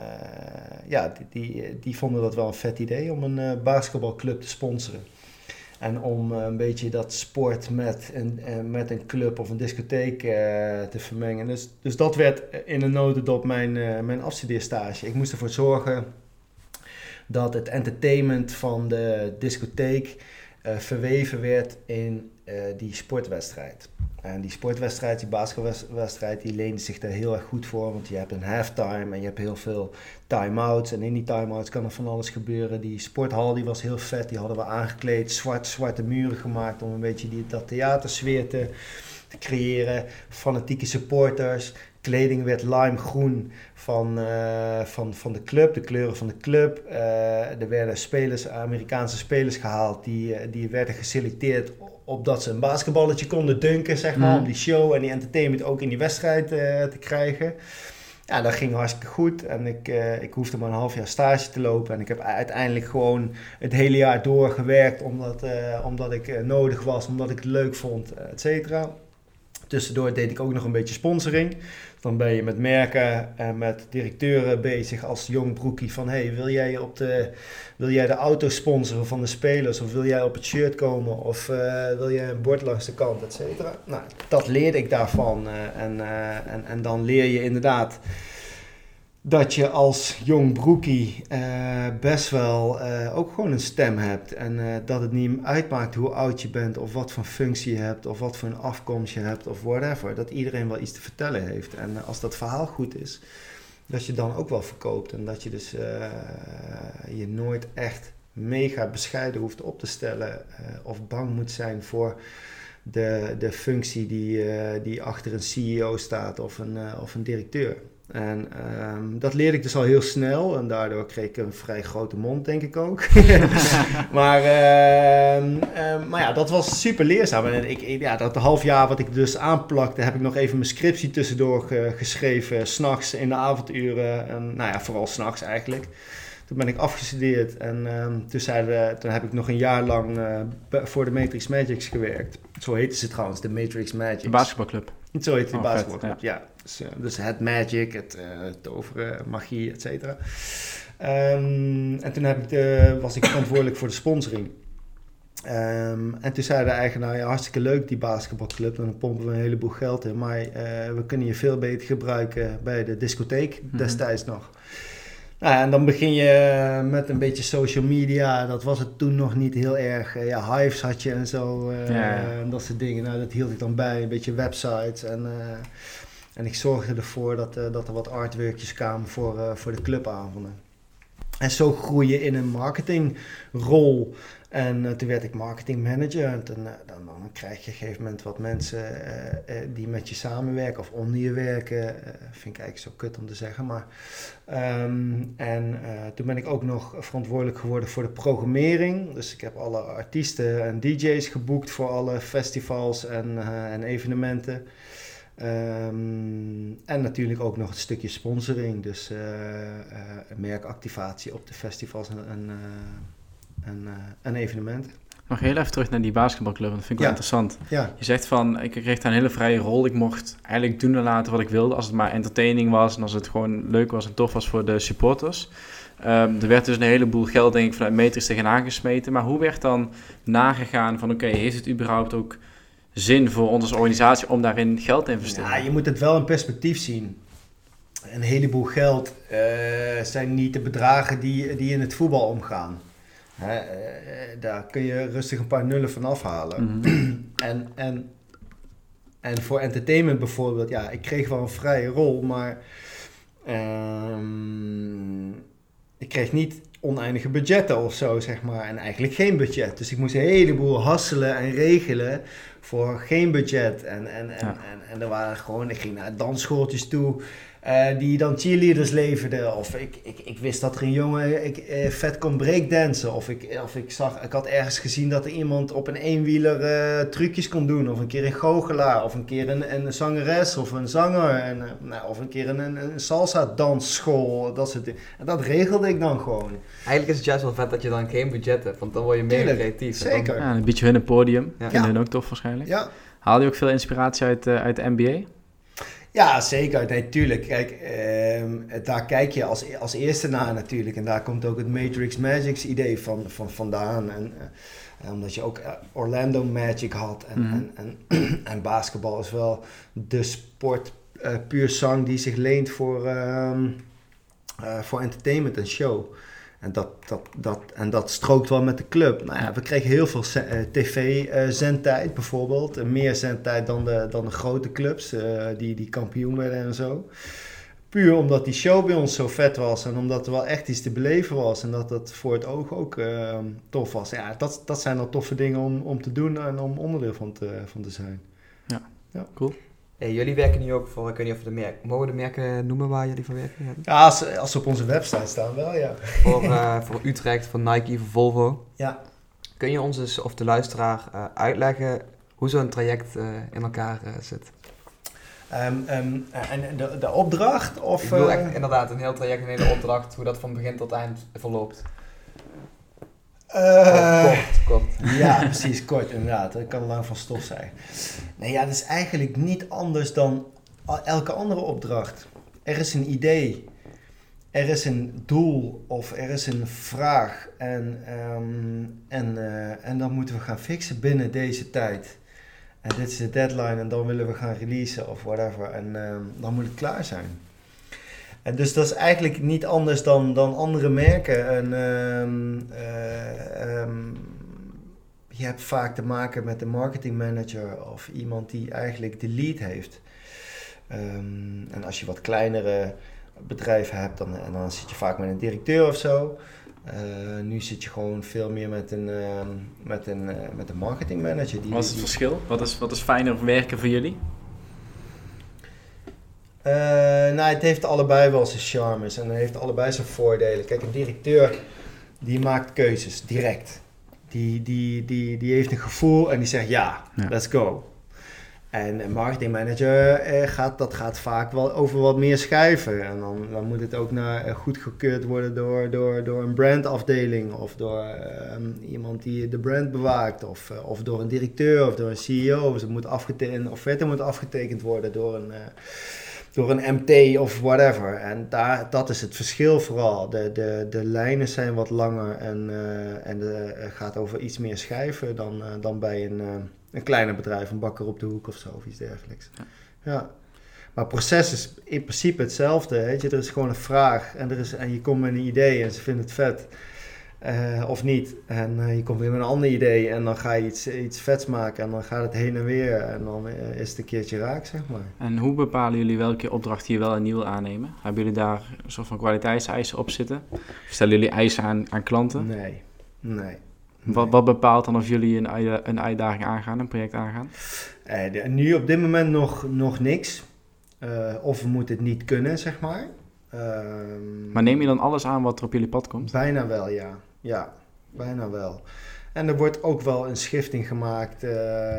die vonden dat wel een vet idee om een basketbalclub te sponsoren. En om een beetje dat sport met een club of een discotheek te vermengen. Dus dat werd in een notendop mijn afstudeerstage. Ik moest ervoor zorgen dat het entertainment van de discotheek verweven werd in die sportwedstrijd. En die sportwedstrijd, die basketbalwedstrijd, die leende zich daar heel erg goed voor. Want je hebt een halftime en je hebt heel veel time-outs. En in die time-outs kan er van alles gebeuren. Die sporthal die was heel vet, die hadden we aangekleed. Zwarte muren gemaakt om een beetje dat theatersfeer te creëren. Fanatieke supporters. Kleding werd limegroen van de club, de kleuren van de club. Er werden Amerikaanse spelers gehaald die werden geselecteerd opdat ze een basketballetje konden dunken, zeg maar, om die show en die entertainment ook in die wedstrijd te krijgen. Ja, dat ging hartstikke goed en ik hoefde maar een half jaar stage te lopen en ik heb uiteindelijk gewoon het hele jaar doorgewerkt omdat ik nodig was, omdat ik het leuk vond, et cetera. Tussendoor deed ik ook nog een beetje sponsoring. Dan ben je met merken en met directeuren bezig als jong broekie van hey, wil jij de auto sponsoren van de spelers of wil jij op het shirt komen of wil jij een bord langs de kant, et cetera. Nou, dat leerde ik daarvan en dan leer je inderdaad dat je als jong broekie best wel ook gewoon een stem hebt. En dat het niet uitmaakt hoe oud je bent of wat voor functie je hebt of wat voor een afkomst je hebt of whatever. Dat iedereen wel iets te vertellen heeft. En als dat verhaal goed is, dat je dan ook wel verkoopt. En dat je dus je nooit echt mega bescheiden hoeft op te stellen of bang moet zijn voor de functie die achter een CEO staat of een directeur. En dat leerde ik dus al heel snel en daardoor kreeg ik een vrij grote mond, denk ik ook. maar ja, dat was super leerzaam. En dat half jaar wat ik dus aanplakte, heb ik nog even mijn scriptie tussendoor geschreven, 's nachts in de avonduren. En, nou ja, vooral 's nachts eigenlijk. Toen ben ik afgestudeerd en toen heb ik nog een jaar lang voor de Matrix Magics gewerkt. Zo heette ze trouwens, de Matrix Magics. De basketbalclub. Zo heette de basketbalclub, ja. Dus het magic, het toveren, magie, et cetera. En toen was ik verantwoordelijk voor de sponsoring. En toen zei de eigenaar, ja, hartstikke leuk die basketbalclub, dan pompen we een heleboel geld in, maar we kunnen je veel beter gebruiken bij de discotheek destijds nog. Nou ja, en dan begin je met een beetje social media. Dat was het toen nog niet heel erg. Hives had je en zo. En dat soort dingen. Nou, dat hield ik dan bij. Een beetje websites. En ik zorgde ervoor dat er wat artworkjes kwamen voor de clubavonden. En zo groei je in een marketingrol. En toen werd ik marketingmanager. En dan krijg je op een gegeven moment wat mensen die met je samenwerken of onder je werken. Vind ik eigenlijk zo kut om te zeggen. Maar, toen ben ik ook nog verantwoordelijk geworden voor de programmering. Dus ik heb alle artiesten en DJ's geboekt voor alle festivals en evenementen. En natuurlijk ook nog het stukje sponsoring. Dus merkactivatie op de festivals en evenementen. Nog heel even terug naar die basketbalclub, want dat vind ik wel interessant. Ja. Je zegt van, ik kreeg daar een hele vrije rol. Ik mocht eigenlijk doen en laten wat ik wilde, als het maar entertaining was en als het gewoon leuk was en tof was voor de supporters. Er werd dus een heleboel geld, denk ik, vanuit Matrix tegenaan gesmeten. Maar hoe werd dan nagegaan van, oké, heeft het überhaupt ook zin voor ons als organisatie om daarin geld te investeren? Ja, je moet het wel in perspectief zien. Een heleboel geld zijn niet de bedragen die in het voetbal omgaan. Daar kun je rustig een paar nullen van afhalen. En voor entertainment bijvoorbeeld, ja, ik kreeg wel een vrije rol, maar ik kreeg niet oneindige budgetten of zo, zeg maar. En eigenlijk geen budget. Dus ik moest een heleboel hasselen en regelen voor geen budget. En er waren gewoon, ik ging naar dansschooltjes toe die dan cheerleaders leverden. Of ik wist dat er een jongen vet kon breakdansen. Of ik had ergens gezien dat er iemand op een eenwieler trucjes kon doen. Of een keer een goochelaar. Of een keer een zangeres of een zanger. Of een keer een salsa dansschool. Dat soort dingen. En dat regelde ik dan gewoon. Eigenlijk is het juist wel vet dat je dan geen budget hebt. Want dan word je meer creatief. Zeker. Ja, dan bied je hun een podium. Vinden hun ook tof waarschijnlijk. Ja. Haal je ook veel inspiratie uit de NBA? Ja, zeker. Nee, tuurlijk. Kijk, daar kijk je als eerste naar natuurlijk. En daar komt ook het Matrix Magics idee van vandaan. Omdat je ook Orlando Magic had. En basketbal is wel de sport puur zang die zich leent voor entertainment en show. En dat strookt wel met de club. Nou ja, we kregen heel veel tv-zendtijd bijvoorbeeld. Meer zendtijd dan de grote clubs die kampioen werden en zo. Puur omdat die show bij ons zo vet was en omdat er wel echt iets te beleven was en dat dat voor het oog ook tof was. Ja, dat zijn dan toffe dingen om te doen en om onderdeel van te zijn. Ja, cool. Hey, jullie werken nu ook voor, ik weet niet of we mogen de merken noemen waar jullie voor werken hebben? Ja, als ze op onze website staan wel, ja. Voor Utrecht, voor Nike, voor Volvo. Ja. Kun je ons dus, of de luisteraar, uitleggen hoe zo'n traject in elkaar zit? En de opdracht? Of, ik bedoel echt inderdaad een heel traject, een hele opdracht, hoe dat van begin tot eind verloopt. Kort. Ja, precies, kort inderdaad. Dat kan lang van stof zijn. Nee, ja, dat is eigenlijk niet anders dan elke andere opdracht. Er is een idee, er is een doel of er is een vraag en dan moeten we gaan fixen binnen deze tijd. En dit is de deadline en dan willen we gaan releasen of whatever en dan moet het klaar zijn. En dus dat is eigenlijk niet anders dan andere merken. Je hebt vaak te maken met een marketingmanager of iemand die eigenlijk de lead heeft. En als je wat kleinere bedrijven hebt, dan zit je vaak met een directeur of zo. Nu zit je gewoon veel meer met een marketingmanager. Wat is het verschil? Wat is fijner werken voor jullie? Het heeft allebei wel zijn charmes en het heeft allebei zijn voordelen. Kijk, een directeur die maakt keuzes direct. Die heeft een gevoel en die zegt ja. Let's go. En een marketingmanager gaat vaak wel over wat meer schijven. En dan moet het ook goed gekeurd worden door een brandafdeling of door iemand die de brand bewaakt of door een directeur of door een CEO. Dus het moet offerte moet afgetekend worden door een MT of whatever. En dat is het verschil vooral. De lijnen zijn wat langer en het gaat over iets meer schijven dan bij een kleiner bedrijf, een bakker op de hoek of zo, of iets dergelijks. Ja. Maar het proces is in principe hetzelfde. Weet je? Er is gewoon een vraag en je komt met een idee en ze vinden het vet. Of niet. En je komt weer met een ander idee en dan ga je iets vets maken en dan gaat het heen en weer en dan is het een keertje raak, zeg maar. En hoe bepalen jullie welke opdracht je wel en niet wil aannemen? Hebben jullie daar een soort van kwaliteitseisen op zitten? Of stellen jullie eisen aan klanten? Nee. Wat bepaalt dan of jullie een uitdaging aangaan, een project aangaan? Nu op dit moment nog niks. Of we moeten het niet kunnen, zeg maar. Maar neem je dan alles aan wat er op jullie pad komt? Bijna wel, ja. Ja, bijna wel. En er wordt ook wel een schifting gemaakt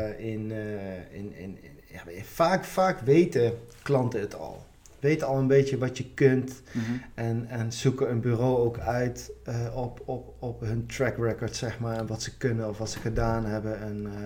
vaak weten klanten het al. Weten al een beetje wat je kunt en zoeken een bureau ook uit op hun track record, zeg maar, en wat ze kunnen of wat ze gedaan hebben.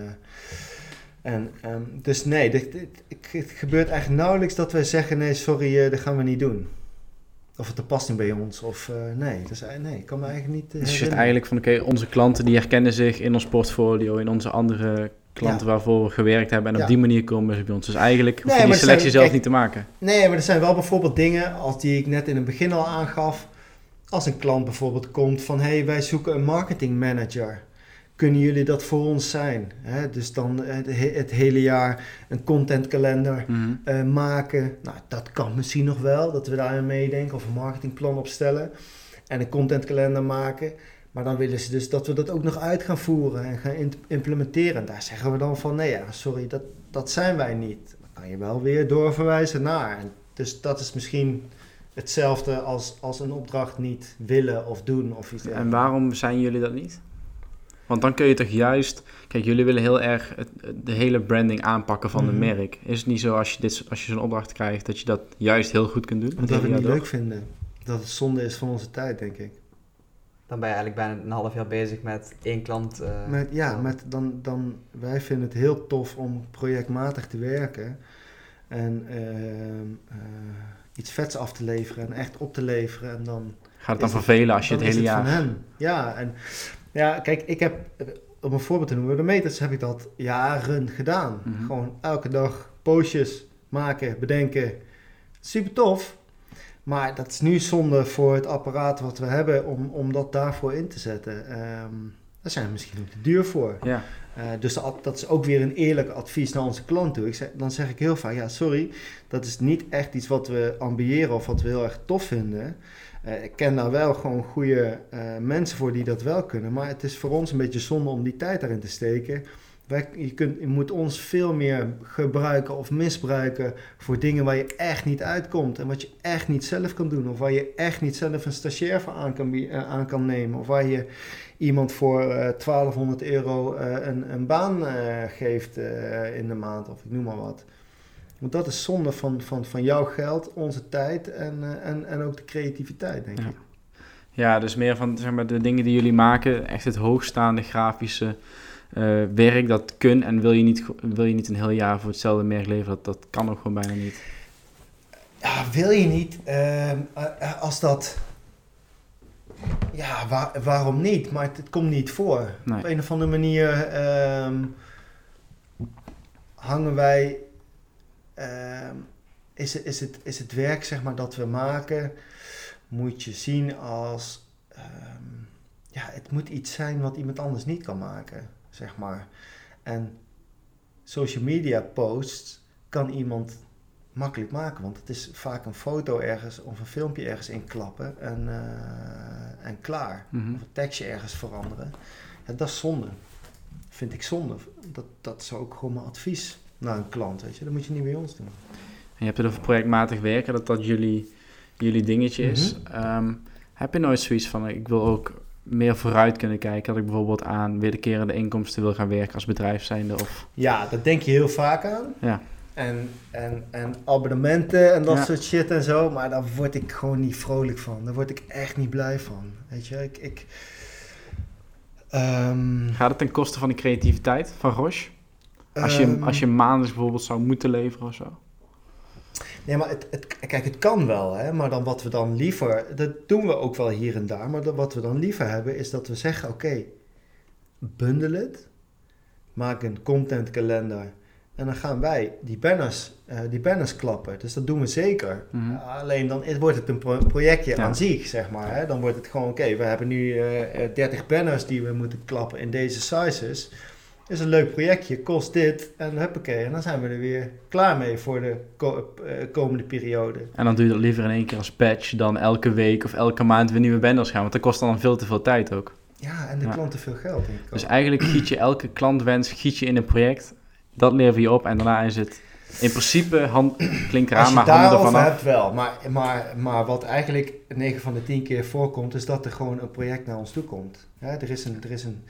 Dus nee, het gebeurt eigenlijk nauwelijks dat wij zeggen, nee, sorry, dat gaan we niet doen. Of het past niet bij ons, of ik kan me eigenlijk niet Dus je zegt eigenlijk van, oké, onze klanten die herkennen zich in ons portfolio, in onze andere klanten waarvoor we gewerkt hebben en op die manier komen ze bij ons. Dus eigenlijk hoef je die selectie zelf niet te maken. Nee, maar er zijn wel bijvoorbeeld dingen, als die ik net in het begin al aangaf, als een klant bijvoorbeeld komt van, hey, wij zoeken een marketingmanager. Kunnen jullie dat voor ons zijn? Dus dan het hele jaar een contentkalender maken. Nou, dat kan misschien nog wel, dat we daarin meedenken of een marketingplan opstellen. En een contentkalender maken. Maar dan willen ze dus dat we dat ook nog uit gaan voeren en gaan implementeren. En daar zeggen we dan van, nee, sorry, dat zijn wij niet. Dan kan je wel weer doorverwijzen naar. En dus dat is misschien hetzelfde als een opdracht niet willen of doen of iets. En waarom zijn jullie dat niet? Want dan kun je toch juist... Kijk, jullie willen heel erg de hele branding aanpakken van de merk. Is het niet zo als je zo'n opdracht krijgt dat je dat juist heel goed kunt doen? Omdat we het niet leuk vinden. Dat het zonde is van onze tijd, denk ik. Dan ben je eigenlijk bijna een half jaar bezig met één klant. Wij vinden het heel tof om projectmatig te werken. En iets vets af te leveren en echt op te leveren. En dan gaat het dan vervelen als je het hele jaar... van hen. Ja, en... Ja, kijk, ik heb om een voorbeeld te noemen, de meters heb ik dat jaren gedaan. Mm-hmm. Gewoon elke dag postjes maken, bedenken. Super tof. Maar dat is nu zonde voor het apparaat wat we hebben om dat daarvoor in te zetten. Daar zijn we misschien ook te duur voor. Ja. Dus dat is ook weer een eerlijk advies naar onze klant toe. Dan zeg ik heel vaak, ja sorry, dat is niet echt iets wat we ambiëren of wat we heel erg tof vinden. Ik ken daar wel gewoon goede mensen voor die dat wel kunnen. Maar het is voor ons een beetje zonde om die tijd daarin te steken. Je moet ons veel meer gebruiken of misbruiken voor dingen waar je echt niet uitkomt. En wat je echt niet zelf kan doen. Of waar je echt niet zelf een stagiair voor aan kan nemen. Of waar je iemand voor €1200 een baan geeft in de maand. Of ik noem maar wat. Want dat is zonde van jouw geld, onze tijd en ook de creativiteit, denk ik. Ja, dus meer van zeg maar, de dingen die jullie maken. Echt het hoogstaande grafische werk, dat kun en wil je niet een heel jaar voor hetzelfde merk leveren, dat kan ook gewoon bijna niet. Ja, wil je niet. Als dat... Ja, waarom niet? Maar het komt niet voor. Nee. Op een of andere manier hangen wij... Is het werk zeg maar, dat we maken, moet je zien als... het moet iets zijn wat iemand anders niet kan maken, zeg maar. En social media posts kan iemand makkelijk maken, want het is vaak een foto ergens of een filmpje ergens inklappen en klaar. Mm-hmm. Of een tekstje ergens veranderen. Ja, dat is zonde. Vind ik zonde. Dat is ook gewoon mijn advies naar een klant, weet je. Dat moet je niet bij ons doen. En je hebt het over projectmatig werken, dat jullie dingetje is. Mm-hmm. Heb je nooit zoiets van, ik wil ook meer vooruit kunnen kijken, dat ik bijvoorbeeld aan wederkerende inkomsten wil gaan werken als bedrijf zijnde? Of... Ja, dat denk je heel vaak aan. Ja. En abonnementen en dat soort shit en zo, maar daar word ik gewoon niet vrolijk van. Daar word ik echt niet blij van. Weet je, Gaat het ten koste van de creativiteit van Roche? Als je maandelijks bijvoorbeeld zou moeten leveren of zo? Nee, maar kijk, het kan wel, hè, maar dan wat we dan liever, dat doen we ook wel hier en daar, maar wat we dan liever hebben is dat we zeggen, oké, bundel het, maak een contentkalender en dan gaan wij die banners klappen. Dus dat doen we zeker. Mm-hmm. Alleen dan wordt het een projectje aan zich, zeg maar. Hè. Dan wordt het gewoon, oké, we hebben nu 30 banners die we moeten klappen in deze sizes. Is een leuk projectje, kost dit en huppakee. En dan zijn we er weer klaar mee voor de komende periode. En dan doe je dat liever in één keer als batch dan elke week of elke maand weer nieuwe banners gaan. Want dat kost dan veel te veel tijd ook. Ja, en de klanten veel geld, denk ik. Dus eigenlijk giet je elke klantwens in een project. Dat lever je op en daarna is het in principe klink eraan, maar handen ervan af. Als je daarover hebt wel, maar wat eigenlijk 9 van de 10 keer voorkomt, is dat er gewoon een project naar ons toe komt. Ja, er is een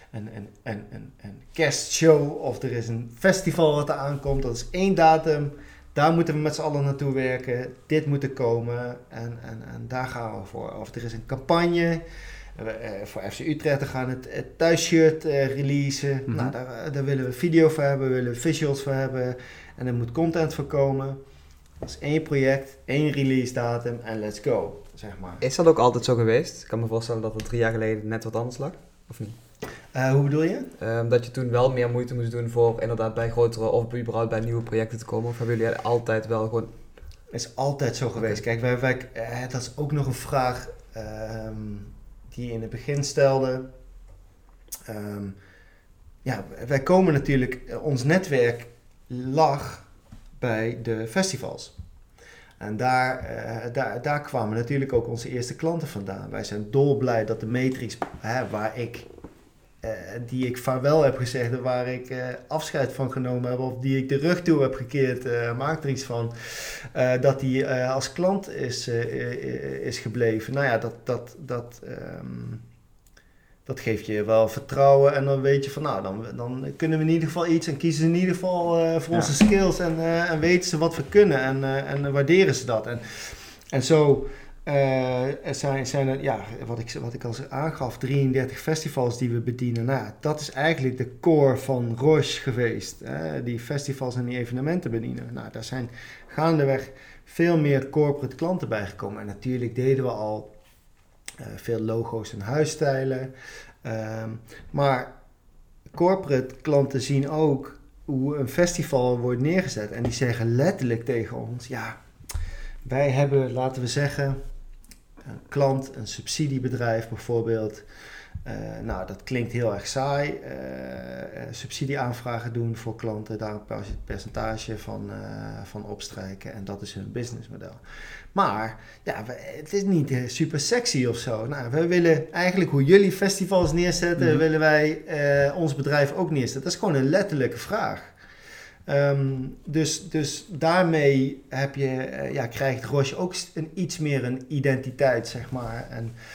kerstshow of er is een festival wat er aankomt. Dat is 1 datum. Daar moeten we met z'n allen naartoe werken. Dit moet er komen en daar gaan we voor. Of er is een campagne voor FC Utrecht. We gaan het thuisshirt releasen. Mm-hmm. Nou, daar willen we video voor hebben. We willen visuals voor hebben. En er moet content voor komen. Dat is 1 project, 1 release datum en let's go, zeg maar. Is dat ook altijd zo geweest? Ik kan me voorstellen dat het 3 jaar geleden net wat anders lag. Of niet? Hoe bedoel je? Dat je toen wel meer moeite moest doen voor inderdaad bij grotere of überhaupt bij nieuwe projecten te komen? Of hebben jullie altijd wel gewoon... Het is altijd zo geweest. Kijk, wij, dat is ook nog een vraag die je in het begin stelde. Wij komen natuurlijk... Ons netwerk lag bij de festivals. En daar kwamen natuurlijk ook onze eerste klanten vandaan. Wij zijn dolblij dat de Matrix, die ik vaarwel heb gezegd en waar ik afscheid van genomen heb, of die ik de rug toe heb gekeerd, maakt er iets van, dat die als klant is gebleven. Nou ja, dat geeft je wel vertrouwen en dan weet je van, nou, dan kunnen we in ieder geval iets en kiezen ze in ieder geval voor onze skills en weten ze wat we kunnen en waarderen ze dat. En zo zijn er, ja, wat ik al aangaf, 33 festivals die we bedienen. Nou, dat is eigenlijk de core van Roche geweest. Die festivals en die evenementen bedienen. Nou, daar zijn gaandeweg veel meer corporate klanten bijgekomen. En natuurlijk deden we al veel logo's en huisstijlen. Maar corporate klanten zien ook hoe een festival wordt neergezet. En die zeggen letterlijk tegen ons, ja, wij hebben, laten we zeggen, een klant, een subsidiebedrijf bijvoorbeeld. Nou, dat klinkt heel erg saai. Subsidieaanvragen doen voor klanten, daar een percentage van opstrijken. En dat is hun businessmodel. Maar ja, het is niet super sexy of zo. Nou, we willen eigenlijk hoe jullie festivals neerzetten, willen wij ons bedrijf ook neerzetten. Dat is gewoon een letterlijke vraag. Dus daarmee krijgt Roche ook iets meer een identiteit, zeg maar.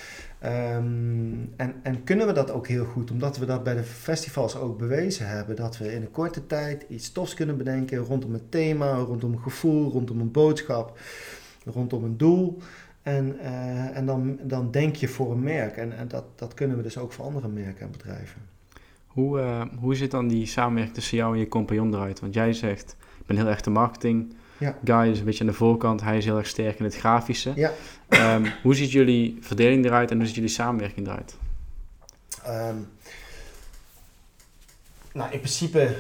En kunnen we dat ook heel goed, omdat we dat bij de festivals ook bewezen hebben, dat we in een korte tijd iets tofs kunnen bedenken rondom een thema, rondom een gevoel, rondom een boodschap, rondom een doel. En dan denk je voor een merk. En dat kunnen we dus ook voor andere merken en bedrijven. Hoe zit dan die samenwerking tussen jou en je compagnon eruit? Want jij zegt, ik ben heel erg de marketing guy, is een beetje aan de voorkant. Hij is heel erg sterk in het grafische. Ja. Hoe ziet jullie verdeling eruit en hoe ziet jullie samenwerking eruit? Nou, in principe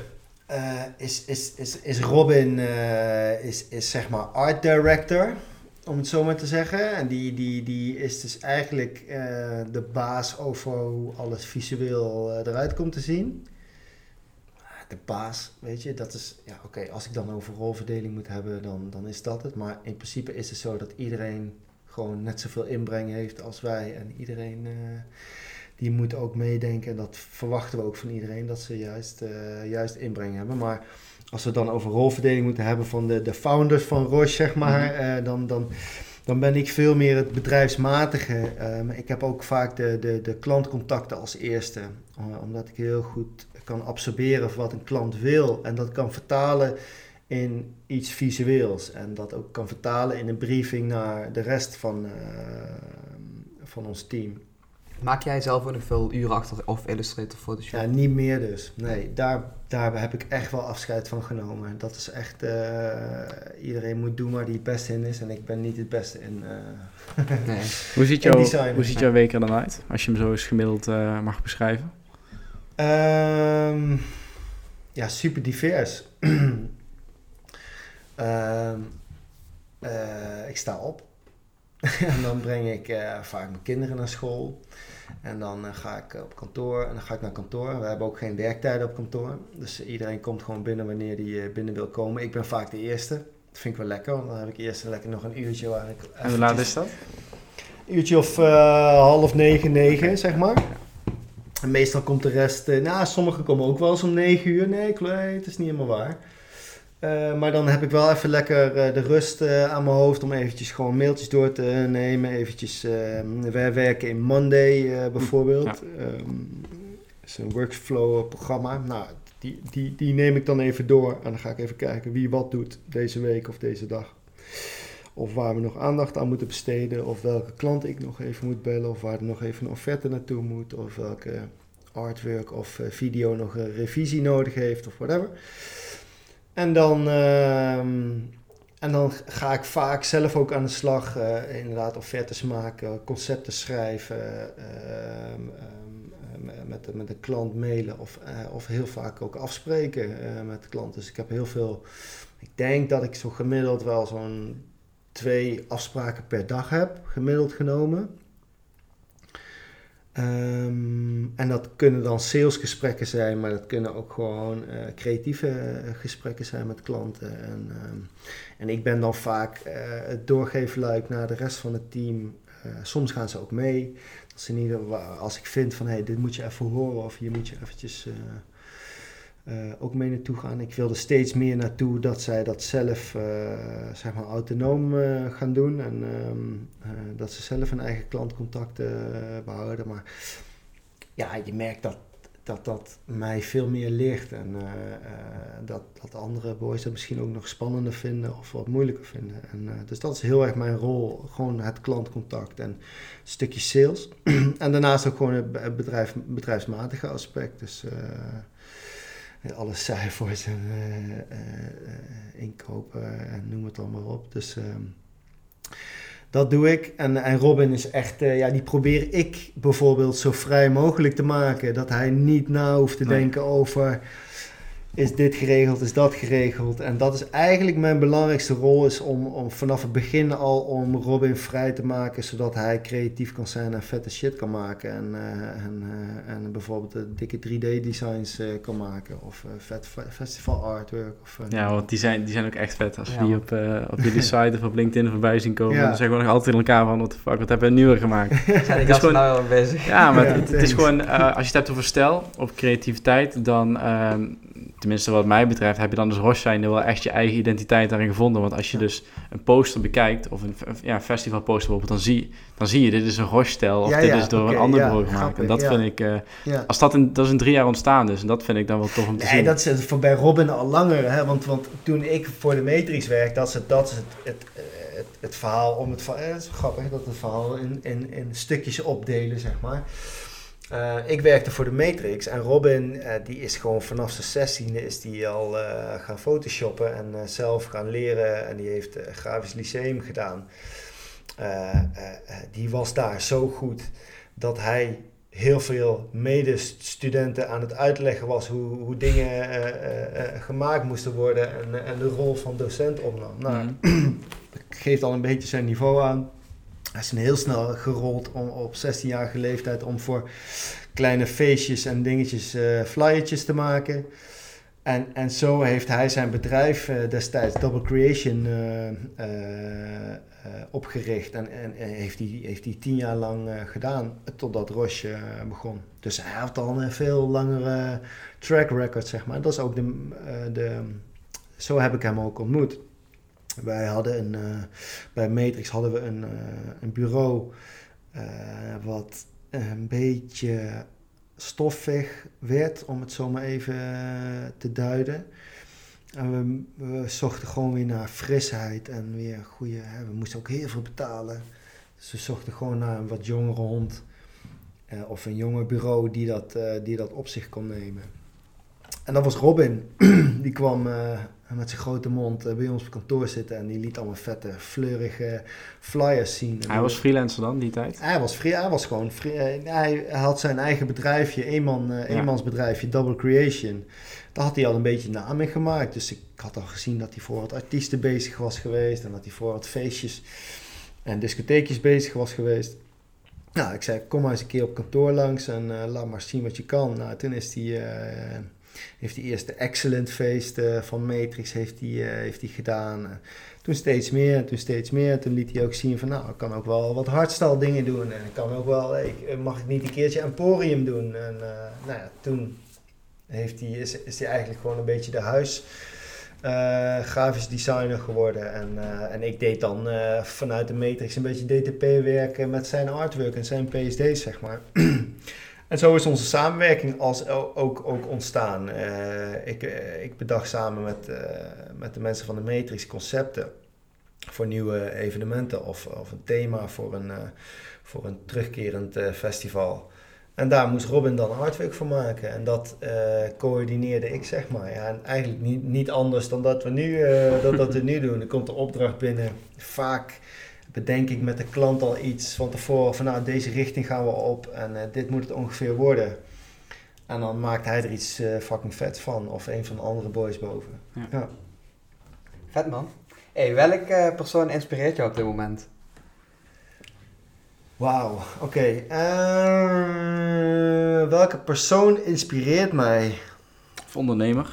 is Robin is zeg maar art director, om het zo maar te zeggen. En die is dus eigenlijk de baas over hoe alles visueel eruit komt te zien. De baas, weet je, dat is, ja oké, als ik dan over rolverdeling moet hebben, dan is dat het. Maar in principe is het zo dat iedereen gewoon net zoveel inbreng heeft als wij. En iedereen die moet ook meedenken. En dat verwachten we ook van iedereen, dat ze juist inbreng hebben. Maar als we dan over rolverdeling moeten hebben van de founders van Roche, zeg maar, dan ben ik veel meer het bedrijfsmatige. Ik heb ook vaak de klantcontacten als eerste. Omdat ik heel goed kan absorberen van wat een klant wil. En dat kan vertalen in iets visueels. En dat ook kan vertalen in een briefing naar de rest van ons team. Maak jij zelf ook nog veel uren achter of Illustrator, Photoshop? Ja, niet meer dus. Nee, daar heb ik echt wel afscheid van genomen. Dat is echt, iedereen moet doen waar hij het beste in is. En ik ben niet het beste in nee. Hoe ziet jouw week er dan uit? Als je hem zo eens gemiddeld mag beschrijven. Ja, super divers. Ik sta op. En dan breng ik vaak mijn kinderen naar school. En dan ga ik op kantoor en dan ga ik naar kantoor. We hebben ook geen werktijden op kantoor. Dus iedereen komt gewoon binnen wanneer hij binnen wil komen. Ik ben vaak de eerste. Dat vind ik wel lekker, want dan heb ik eerst lekker nog een uurtje waar ik... En hoe laat is dat? Een uurtje of 9:30, zeg maar. En meestal komt de rest... sommigen komen ook wel eens om 9 uur. Nee, het is niet helemaal waar. Maar dan heb ik wel even lekker de rust aan mijn hoofd om eventjes gewoon mailtjes door te nemen. Eventjes werken in Monday bijvoorbeeld. Ja. Is een workflow programma. Nou, die neem ik dan even door. En dan ga ik even kijken wie wat doet deze week of deze dag. Of waar we nog aandacht aan moeten besteden. Of welke klant ik nog even moet bellen. Of waar er nog even een offerte naartoe moet. Of welke artwork of video nog een revisie nodig heeft of whatever. En dan ga ik vaak zelf ook aan de slag, inderdaad offertes maken, concepten schrijven, met de klant mailen of heel vaak ook afspreken met de klant. Dus ik heb heel veel, ik denk dat ik zo gemiddeld wel zo'n 2 afspraken per dag heb, gemiddeld genomen. En dat kunnen dan salesgesprekken zijn, maar dat kunnen ook gewoon creatieve gesprekken zijn met klanten. En ik ben dan vaak het doorgeefluik naar de rest van het team. Soms gaan ze ook mee. Als ik vind van dit moet je even horen of hier moet je eventjes ook mee naartoe gaan. Ik wil er steeds meer naartoe dat zij dat zelf zeg maar autonoom gaan doen. En dat ze zelf hun eigen klantcontacten behouden. Maar ja, je merkt dat mij veel meer ligt. En dat andere boys dat misschien ook nog spannender vinden of wat moeilijker vinden. En, dus dat is heel erg mijn rol. Gewoon het klantcontact en een stukje sales. En daarnaast ook gewoon het bedrijfsmatige aspect. Dus... alle cijfers en inkopen en noem het allemaal op. Dus Dat doe ik. En Robin is echt, die probeer ik bijvoorbeeld zo vrij mogelijk te maken. Dat hij niet na hoeft te denken over, is dit geregeld, is dat geregeld. En dat is eigenlijk mijn belangrijkste rol, is om vanaf het begin al om Robin vrij te maken, zodat hij creatief kan zijn en vette shit kan maken. En bijvoorbeeld dikke 3D-designs kan maken. Of vet festival artwork. Ja, want die zijn ook echt vet. Als we die op jullie site of op LinkedIn voorbij zien komen, dan zeggen we nog altijd in elkaar van, what the fuck, wat hebben we nieuwer gemaakt? Zijn die gasten nou bezig? Ja, maar het is gewoon, als je het hebt over stijl of creativiteit, dan, tenminste wat mij betreft, heb je dan dus Roche zijnde wel echt je eigen identiteit daarin gevonden. Want als je dus een poster bekijkt, of een festivalposter bijvoorbeeld, dan zie je, dit is een Roche-stijl, of dit is door een ander bureau gemaakt. En dat vind ik, als dat is in 3 jaar ontstaan dus, en dat vind ik dan wel tof om te zien. Dat is voor bij Robin al langer, hè? Want toen ik voor de Matrix werk, dat is het verhaal om het verhaal. Het is grappig dat het verhaal in stukjes opdelen, zeg maar. Ik werkte voor de Matrix en Robin, die is gewoon vanaf zijn 16e is die al gaan photoshoppen en zelf gaan leren. En die heeft grafisch lyceum gedaan. Die was daar zo goed dat hij heel veel medestudenten aan het uitleggen was hoe dingen gemaakt moesten worden en de rol van docent opnam. Nou, geeft al een beetje zijn niveau aan. Hij is heel snel gerold op 16-jarige leeftijd om voor kleine feestjes en dingetjes flyertjes te maken. En zo heeft hij zijn bedrijf destijds Double Creation opgericht en heeft hij 10 jaar lang gedaan totdat Roche begon. Dus hij had al een veel langere track record, zeg maar. Dat is ook zo heb ik hem ook ontmoet. Wij hadden bij Matrix hadden we een bureau wat een beetje stoffig werd, om het zo maar even te duiden. En we zochten gewoon weer naar frisheid en weer goede. We moesten ook heel veel betalen. Dus we zochten gewoon naar een wat jongere hond of een jonger bureau die dat op zich kon nemen. En dat was Robin. Die kwam met zijn grote mond bij ons op kantoor zitten en die liet allemaal vette, fleurige flyers zien. Hij was freelancer dan, die tijd? Hij was gewoon hij had zijn eigen bedrijfje, eenmansbedrijfje, Double Creation. Daar had hij al een beetje naam in gemaakt. Dus ik had al gezien dat hij voor wat artiesten bezig was geweest en dat hij voor wat feestjes en discotheekjes bezig was geweest. Nou, ik zei, kom maar eens een keer op kantoor langs en laat maar zien wat je kan. Nou, toen is hij... heeft hij eerst de Excellent feest van Matrix heeft hij gedaan. Toen steeds meer. Toen liet hij ook zien van, nou, ik kan ook wel wat hardstyle dingen doen. En ik kan ook wel, mag ik niet een keertje Emporium doen? En toen is hij eigenlijk gewoon een beetje de grafisch designer geworden. En ik deed dan vanuit de Matrix een beetje DTP werken met zijn artwork en zijn PSD's, zeg maar. En zo is onze samenwerking ook ontstaan. Ik bedacht samen met de mensen van de Matrix concepten voor nieuwe evenementen of een thema voor een terugkerend festival. En daar moest Robin dan artwork voor maken en dat coördineerde ik, zeg maar. Ja, en eigenlijk niet anders dan dat we nu doen. Er komt de opdracht binnen. Vaak bedenk ik met de klant al iets van tevoren van, nou, deze richting gaan we op en dit moet het ongeveer worden. En dan maakt hij er iets fucking vet van, of een van de andere boys boven. Ja. Vet, man. Hey, welke persoon inspireert jou op dit moment? Wauw, oké. Welke persoon inspireert mij? Of ondernemer?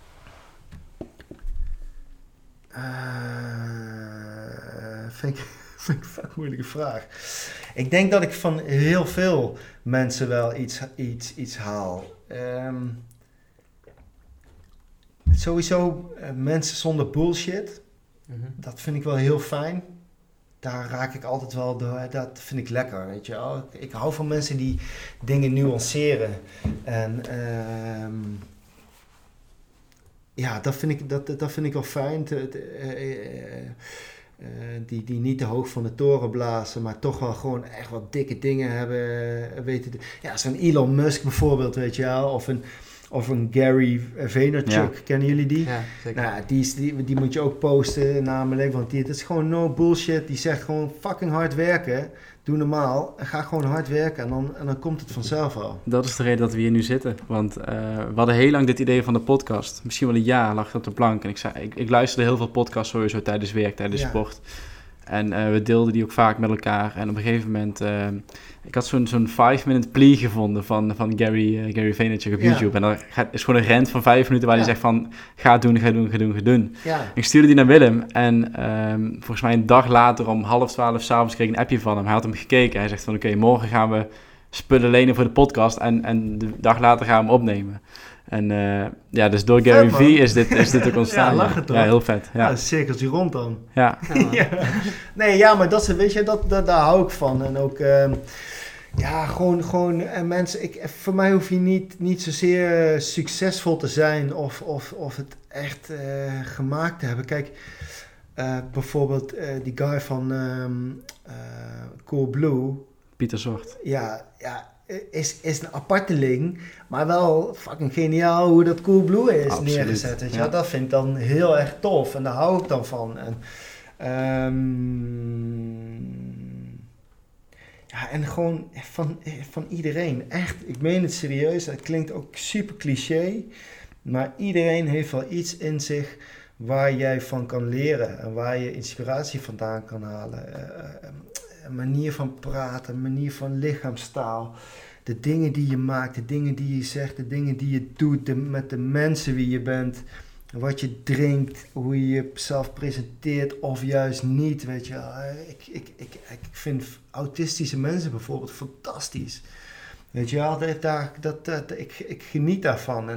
Vind ik een moeilijke vraag. Ik denk dat ik van heel veel mensen wel iets haal. Sowieso mensen zonder bullshit. Mm-hmm. Dat vind ik wel heel fijn. Daar raak ik altijd wel door. Dat vind ik lekker, weet je wel. Ik hou van mensen die dingen nuanceren. En dat vind ik wel fijn. Die niet te hoog van de toren blazen, maar toch wel gewoon echt wat dikke dingen hebben weten. Ja, zo'n Elon Musk bijvoorbeeld, weet je wel. Of een Gary Vaynerchuk, kennen jullie die? Ja, zeker. Nou, die moet je ook posten namelijk, want het is gewoon no bullshit. Die zegt gewoon fucking hard werken, doe normaal en ga gewoon hard werken en dan komt het vanzelf al. Dat is de reden dat we hier nu zitten, want we hadden heel lang dit idee van de podcast. Misschien wel een jaar lag het op de plank en ik luisterde heel veel podcasts sowieso tijdens werk, tijdens sport. En we deelden die ook vaak met elkaar. En op een gegeven moment... ik had zo'n 5-minute plea gevonden van Gary Vaynerchuk op YouTube. En dat is gewoon een rant van 5 minuten waar hij zegt van... Ga doen. Ja. Ik stuurde die naar Willem. En volgens mij een dag later om 11:30 s'avonds kreeg ik een appje van hem. Hij had hem gekeken. Hij zegt van oké, morgen gaan we spullen lenen voor de podcast. En de dag later gaan we hem opnemen. En dus door Gary V is dit ook ontstaan. Ja, lachen toch? Ja, heel vet. Ja, het cirkeltje rond dan. Ja. Ja. Nee, ja, maar dat is, weet je, daar hou ik van. En ook, gewoon mensen, voor mij hoef je niet zozeer succesvol te zijn of het echt gemaakt te hebben. Kijk, bijvoorbeeld die guy van Coolblue. Pieter Zwart. Ja, is een aparteling, maar wel fucking geniaal hoe dat Coolblue is neergezet. Weet je? Ja. Dat vind ik dan heel erg tof en daar hou ik dan van. En gewoon van iedereen. Echt, ik meen het serieus. Het klinkt ook super cliché, maar iedereen heeft wel iets in zich waar jij van kan leren en waar je inspiratie vandaan kan halen. Een manier van praten, een manier van lichaamstaal. De dingen die je maakt, de dingen die je zegt, de dingen die je doet, met de mensen wie je bent, wat je drinkt, hoe je jezelf presenteert of juist niet, weet je. Ik vind autistische mensen bijvoorbeeld fantastisch. Weet je wel, ik geniet daarvan.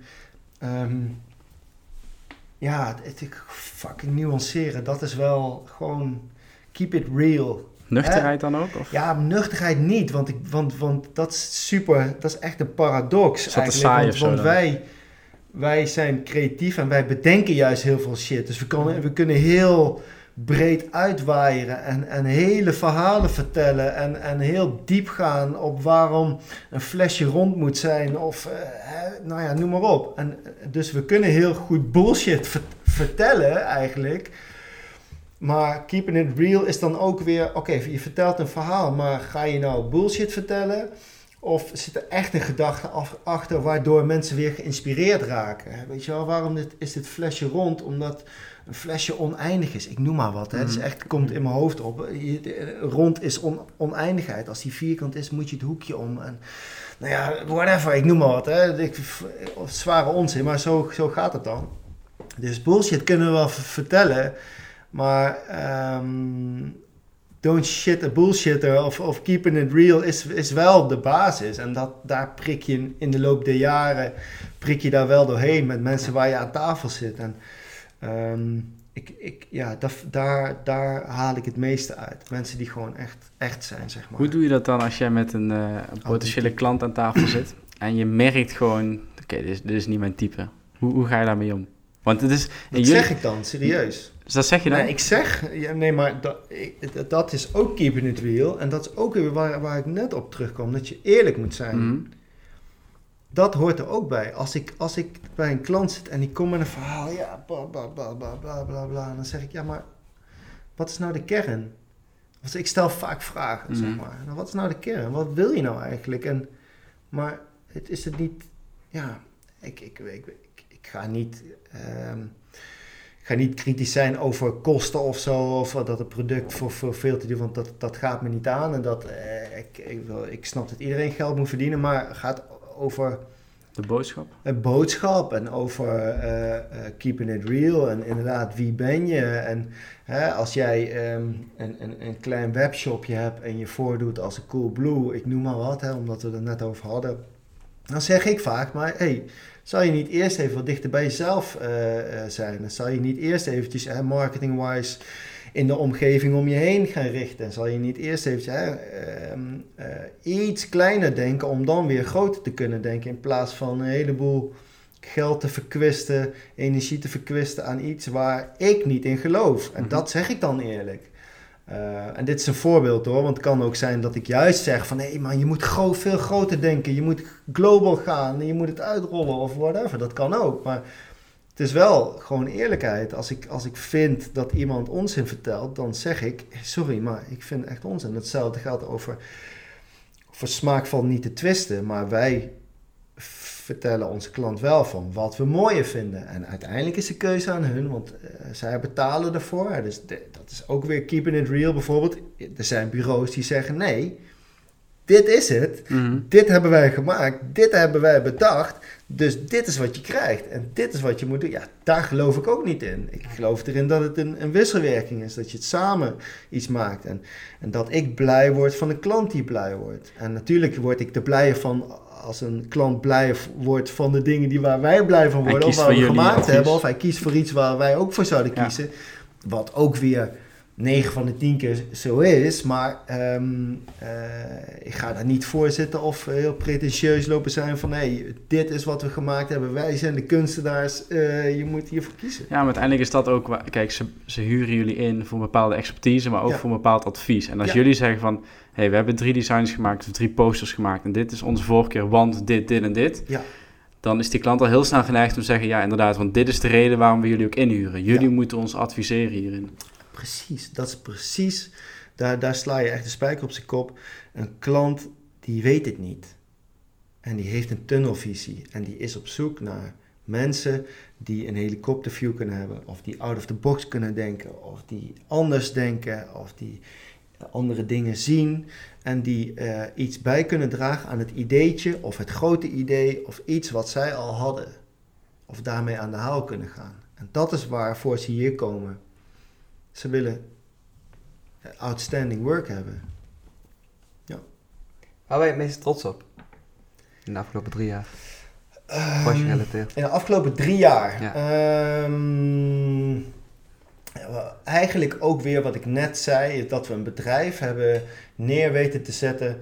Ik fucking nuanceren, dat is wel gewoon keep it real. Nuchterheid dan ook? Of? Ja, nuchterheid niet, want dat is super, dat is echt een paradox. Is dat te saai of zo? Want wij zijn creatief en wij bedenken juist heel veel shit. Dus we kunnen heel breed uitwaaieren en hele verhalen vertellen en heel diep gaan op waarom een flesje rond moet zijn of noem maar op. En dus we kunnen heel goed bullshit vertellen eigenlijk. Maar keeping it real is dan ook weer, oké, je vertelt een verhaal, maar ga je nou bullshit vertellen? Of zit er echt een gedachte achter waardoor mensen weer geïnspireerd raken? Weet je wel, waarom is dit flesje rond? Omdat een flesje oneindig is. Ik noem maar wat, hè. Dus echt komt in mijn hoofd op. Rond is oneindigheid. Als die vierkant is, moet je het hoekje om. En, nou ja, whatever, ik noem maar wat. Hè. Zware onzin, maar zo gaat het dan. Dus bullshit kunnen we wel vertellen... Maar don't shit a bullshitter of keeping it real is wel de basis. En daar prik je in de loop der jaren daar wel doorheen met mensen waar je aan tafel zit. En daar haal ik het meeste uit. Mensen die gewoon echt zijn, zeg maar. Hoe doe je dat dan als jij met een potentiële klant aan tafel zit en je merkt gewoon, oké, dit is niet mijn type. Hoe ga je daarmee om? Want het is... zeg ik dan, serieus. Dus dat zeg je dan? Nee, ik zeg... maar dat is ook keeping it real. En dat is ook weer waar ik net op terugkom. Dat je eerlijk moet zijn. Mm-hmm. Dat hoort er ook bij. Als ik bij een klant zit en die komt met een verhaal... Ja, bla, bla, bla, bla, bla, bla, bla. Dan zeg ik, ja, maar... Wat is nou de kern? Want ik stel vaak vragen, zeg maar. Nou, wat is nou de kern? Wat wil je nou eigenlijk? Maar is het niet... Ja, ik ga niet... Ik ga niet kritisch zijn over kosten of zo, of dat het product voor veel te doen, want dat gaat me niet aan. En ik snap dat iedereen geld moet verdienen, maar het gaat over... De boodschap? Een boodschap en over keeping it real en inderdaad, wie ben je? En als jij een klein webshopje hebt en je voordoet als een Coolblue, ik noem maar wat, omdat we het net over hadden, dan zeg ik vaak, maar hey, zou je niet eerst even wat dichter bij jezelf zijn? Dan zou je niet eerst eventjes marketing-wise in de omgeving om je heen gaan richten? Zal je niet eerst eventjes iets kleiner denken om dan weer groter te kunnen denken in plaats van een heleboel geld te verkwisten, energie te verkwisten aan iets waar ik niet in geloof? En dat zeg ik dan eerlijk. En dit is een voorbeeld hoor, want het kan ook zijn dat ik juist zeg van nee man, je moet veel groter denken, je moet global gaan, je moet het uitrollen of whatever, dat kan ook. Maar het is wel gewoon eerlijkheid. Als ik vind dat iemand onzin vertelt, dan zeg ik, sorry, maar ik vind het echt onzin. Hetzelfde geldt over smaak valt niet te twisten, maar wij vertellen onze klant wel van wat we mooier vinden. En uiteindelijk is de keuze aan hun, want zij betalen ervoor. Dus dat is ook weer keeping it real bijvoorbeeld. Er zijn bureaus die zeggen nee, dit is het. Mm-hmm. Dit hebben wij gemaakt. Dit hebben wij bedacht. Dus dit is wat je krijgt. En dit is wat je moet doen. Ja, daar geloof ik ook niet in. Ik geloof erin dat het een wisselwerking is. Dat je het samen iets maakt. En dat ik blij word van een klant die blij wordt. En natuurlijk word ik er blij van als een klant blij wordt van de dingen waar wij blij van worden. Of waar we gemaakt hebben. Of hij kiest voor iets waar wij ook voor zouden kiezen. Ja. Wat ook weer 9 van de 10 keer zo is, maar ik ga daar niet voor zitten of heel pretentieus lopen zijn van hey, dit is wat we gemaakt hebben, wij zijn de kunstenaars, je moet hiervoor kiezen. Ja, maar uiteindelijk is dat ook, kijk, ze huren jullie in voor een bepaalde expertise, maar ook voor een bepaald advies. En als jullie zeggen van, hey, we hebben 3 designs gemaakt of 3 posters gemaakt en dit is onze voorkeur, want dit en dit. Ja. Dan is die klant al heel snel geneigd om te zeggen, ja inderdaad, want dit is de reden waarom we jullie ook inhuren. Jullie moeten ons adviseren hierin. Precies, dat is precies, daar sla je echt de spijker op zijn kop. Een klant die weet het niet en die heeft een tunnelvisie en die is op zoek naar mensen die een helikopterview kunnen hebben of die out of the box kunnen denken of die anders denken of die andere dingen zien en die iets bij kunnen dragen aan het ideetje of het grote idee of iets wat zij al hadden of daarmee aan de haal kunnen gaan. En dat is waarvoor ze hier komen. Ze willen outstanding work hebben. Ja. Waar ben je het meest trots op? In de afgelopen 3 jaar? Was je gerelateerd? In de afgelopen 3 jaar? Ja. Eigenlijk ook weer wat ik net zei, is dat we een bedrijf hebben neer weten te zetten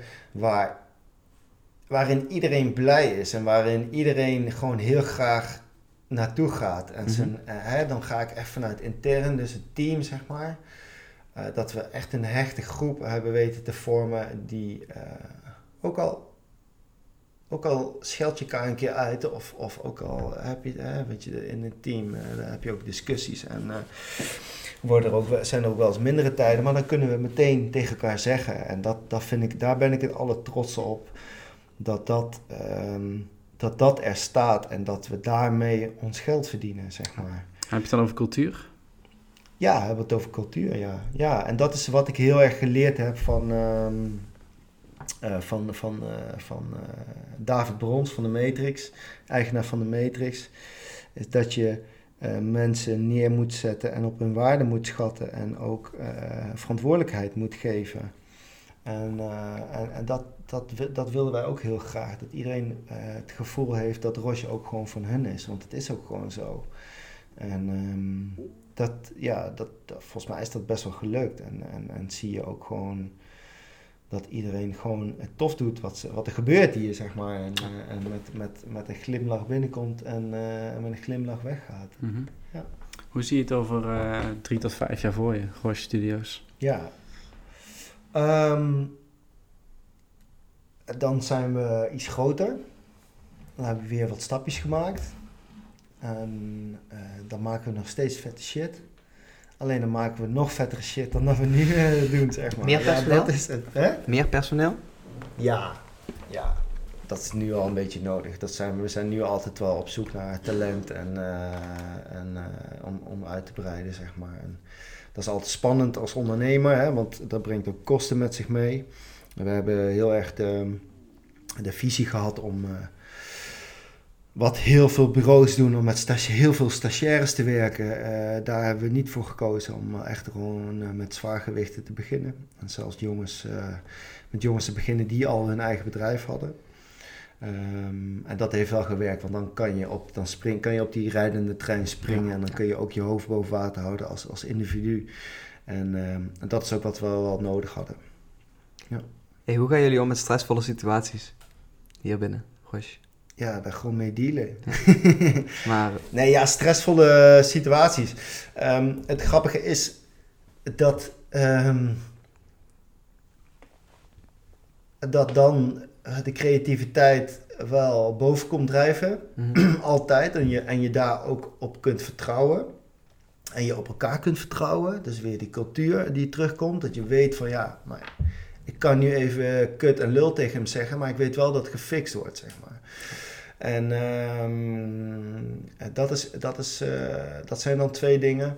waarin iedereen blij is en waarin iedereen gewoon heel graag naartoe gaat. En dan ga ik echt vanuit intern, dus het team zeg maar, dat we echt een hechte groep hebben weten te vormen die ook al scheld je elkaar een keer uit of ook al heb je, weet je, in een team daar heb je ook discussies en zijn er ook wel eens mindere tijden, maar dan kunnen we meteen tegen elkaar zeggen en dat vind ik, daar ben ik het aller trots op, dat er staat en dat we daarmee ons geld verdienen, zeg maar. Heb je het dan over cultuur? Ja, we hebben het over cultuur, ja. Ja, en dat is wat ik heel erg geleerd heb van David Brons van de Matrix, eigenaar van de Matrix, is dat je mensen neer moet zetten en op hun waarde moet schatten en ook verantwoordelijkheid moet geven. En dat willen wij ook heel graag. Dat iedereen het gevoel heeft dat Roche ook gewoon van hun is. Want het is ook gewoon zo. En volgens mij is dat best wel gelukt. En zie je ook gewoon dat iedereen gewoon het tof doet wat er gebeurt hier, zeg maar. En met een glimlach binnenkomt en met een glimlach weggaat. Mm-hmm. Ja. Hoe zie je het over 3 tot 5 jaar voor je, Roche Studios? Ja. Dan zijn we iets groter. Dan hebben we weer wat stapjes gemaakt. En dan maken we nog steeds vette shit. Alleen dan maken we nog vettere shit dan dat we nu doen, zeg maar. Meer personeel? Ja, dat is het, hè? Meer personeel? Ja. Dat is nu al een beetje nodig. We zijn nu altijd wel op zoek naar talent om uit te breiden, zeg maar. En dat is altijd spannend als ondernemer, hè, want dat brengt ook kosten met zich mee. We hebben heel erg de visie gehad om wat heel veel bureaus doen, om met heel veel stagiaires te werken. Daar hebben we niet voor gekozen om echt gewoon met zwaargewichten te beginnen. En zelfs met jongens te beginnen die al hun eigen bedrijf hadden. En dat heeft wel gewerkt, want dan kan je op die rijdende trein springen en dan kun je ook je hoofd boven water houden als individu. En dat is ook wat we wel nodig hadden. Ja. Hey, hoe gaan jullie om met stressvolle situaties hier binnen, Roche? Ja, daar gewoon mee dealen. Ja. Maar... Nee, ja, stressvolle situaties. Het grappige is dat dat dan de creativiteit wel boven komt drijven, altijd, en je daar ook op kunt vertrouwen. En je op elkaar kunt vertrouwen. Dus weer die cultuur die terugkomt. Dat je weet van ja, maar ik kan nu even kut en lul tegen hem zeggen. Maar ik weet wel dat het gefixt wordt, zeg maar. En dat zijn dan 2 dingen.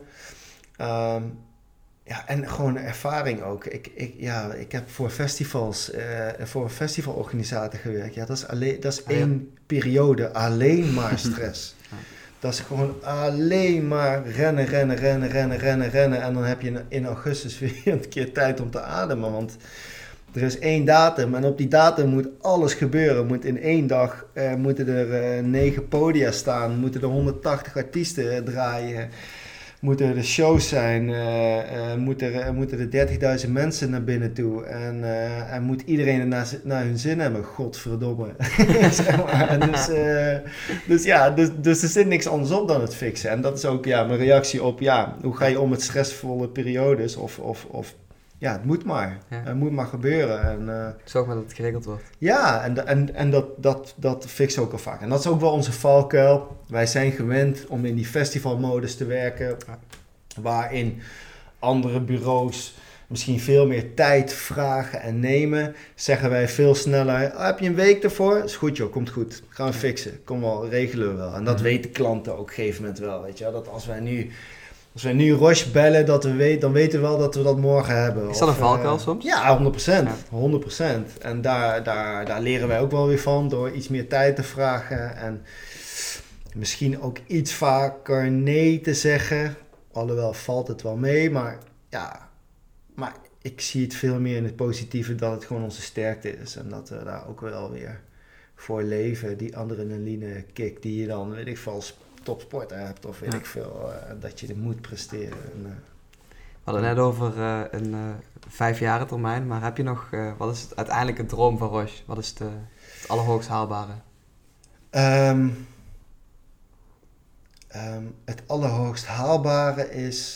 Ja, en gewoon ervaring ook. Ik heb voor festivals, voor een festivalorganisator gewerkt. Ja, dat is één periode alleen maar stress. Dat is gewoon alleen maar rennen. En dan heb je in augustus weer een keer tijd om te ademen. Want er is 1 datum en op die datum moet alles gebeuren. Moet in 1 dag moeten er 9 podia staan. Moeten er 180 artiesten draaien. Moeten er de shows zijn. Moeten er 30.000 mensen naar binnen toe. En moet iedereen naar hun zin hebben. Godverdomme. Zeg maar. Dus er zit niks anders op dan het fixen. En dat is ook mijn reactie op hoe ga je om met stressvolle periodes. Ja, het moet maar. Ja. Het moet maar gebeuren. Zorg maar dat het geregeld wordt. Ja, en dat fixen ook al vaak. En dat is ook wel onze valkuil. Wij zijn gewend om in die festivalmodus te werken. Waarin andere bureaus misschien veel meer tijd vragen en nemen. Zeggen wij veel sneller, heb je een week ervoor? Is goed joh, komt goed. Gaan we fixen. Kom wel, regelen we wel. En dat weten klanten ook op een gegeven moment wel. Weet je? Dat als wij nu Roche bellen, dan weten we wel dat we dat morgen hebben. Is dat een valkuil soms? Ja, 100%. En daar leren wij ook wel weer van door iets meer tijd te vragen. En misschien ook iets vaker nee te zeggen. Alhoewel valt het wel mee, maar ik zie het veel meer in het positieve dat het gewoon onze sterkte is. En dat we daar ook wel weer voor leven. Die adrenaline kick die je dan, weet ik veel, als topsporter hebt of weet ik veel, dat je er moet presteren. We hadden net over een 5-jaren termijn, maar heb je nog, wat is het uiteindelijke droom van Roche? Wat is het allerhoogst haalbare? Het allerhoogst haalbare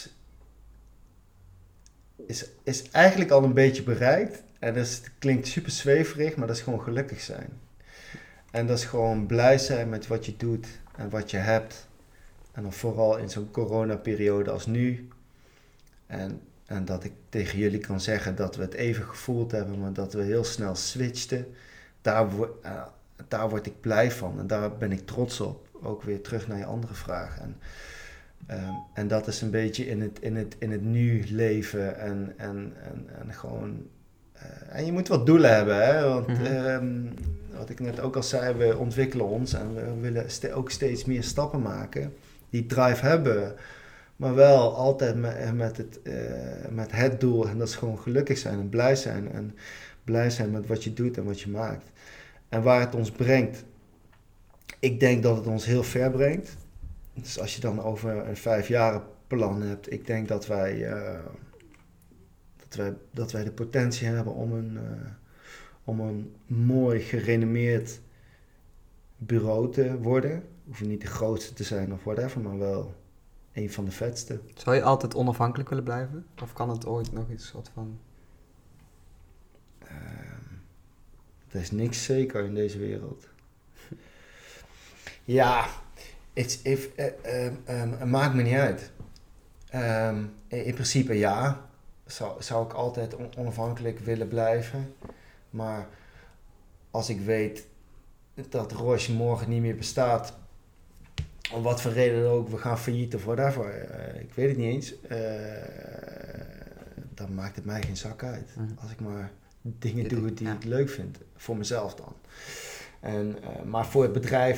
is eigenlijk al een beetje bereikt. En het klinkt super zweverig, maar dat is gewoon gelukkig zijn. En dat is gewoon blij zijn met wat je doet en wat je hebt. En dan vooral in zo'n coronaperiode als nu. En dat ik tegen jullie kan zeggen dat we het even gevoeld hebben, maar dat we heel snel switchten. Daar word ik blij van en daar ben ik trots op. Ook weer terug naar je andere vraag. En dat is een beetje in het nu leven en gewoon... en je moet wat doelen hebben, hè? Want wat ik net ook al zei, we ontwikkelen ons en we willen ook steeds meer stappen maken die drive hebben, maar wel altijd met het doel, en dat is gewoon gelukkig zijn en blij zijn met wat je doet en wat je maakt. En waar het ons brengt, ik denk dat het ons heel ver brengt. Dus als je dan over een 5-jaren plan hebt, ik denk dat wij de potentie hebben om een mooi gerenommeerd bureau te worden. Hoef je niet de grootste te zijn of whatever, maar wel een van de vetste. Zou je altijd onafhankelijk willen blijven? Of kan het ooit nog iets soort van... Er is niks zeker in deze wereld. Ja, het maakt me niet uit. In principe ja, zou ik altijd onafhankelijk willen blijven. Maar als ik weet dat Roche morgen niet meer bestaat, om wat voor reden dan ook, we gaan failliet of whatever, ik weet het niet eens, dan maakt het mij geen zak uit. Als ik maar dingen doe die ik leuk vind, voor mezelf dan. Maar voor het bedrijf,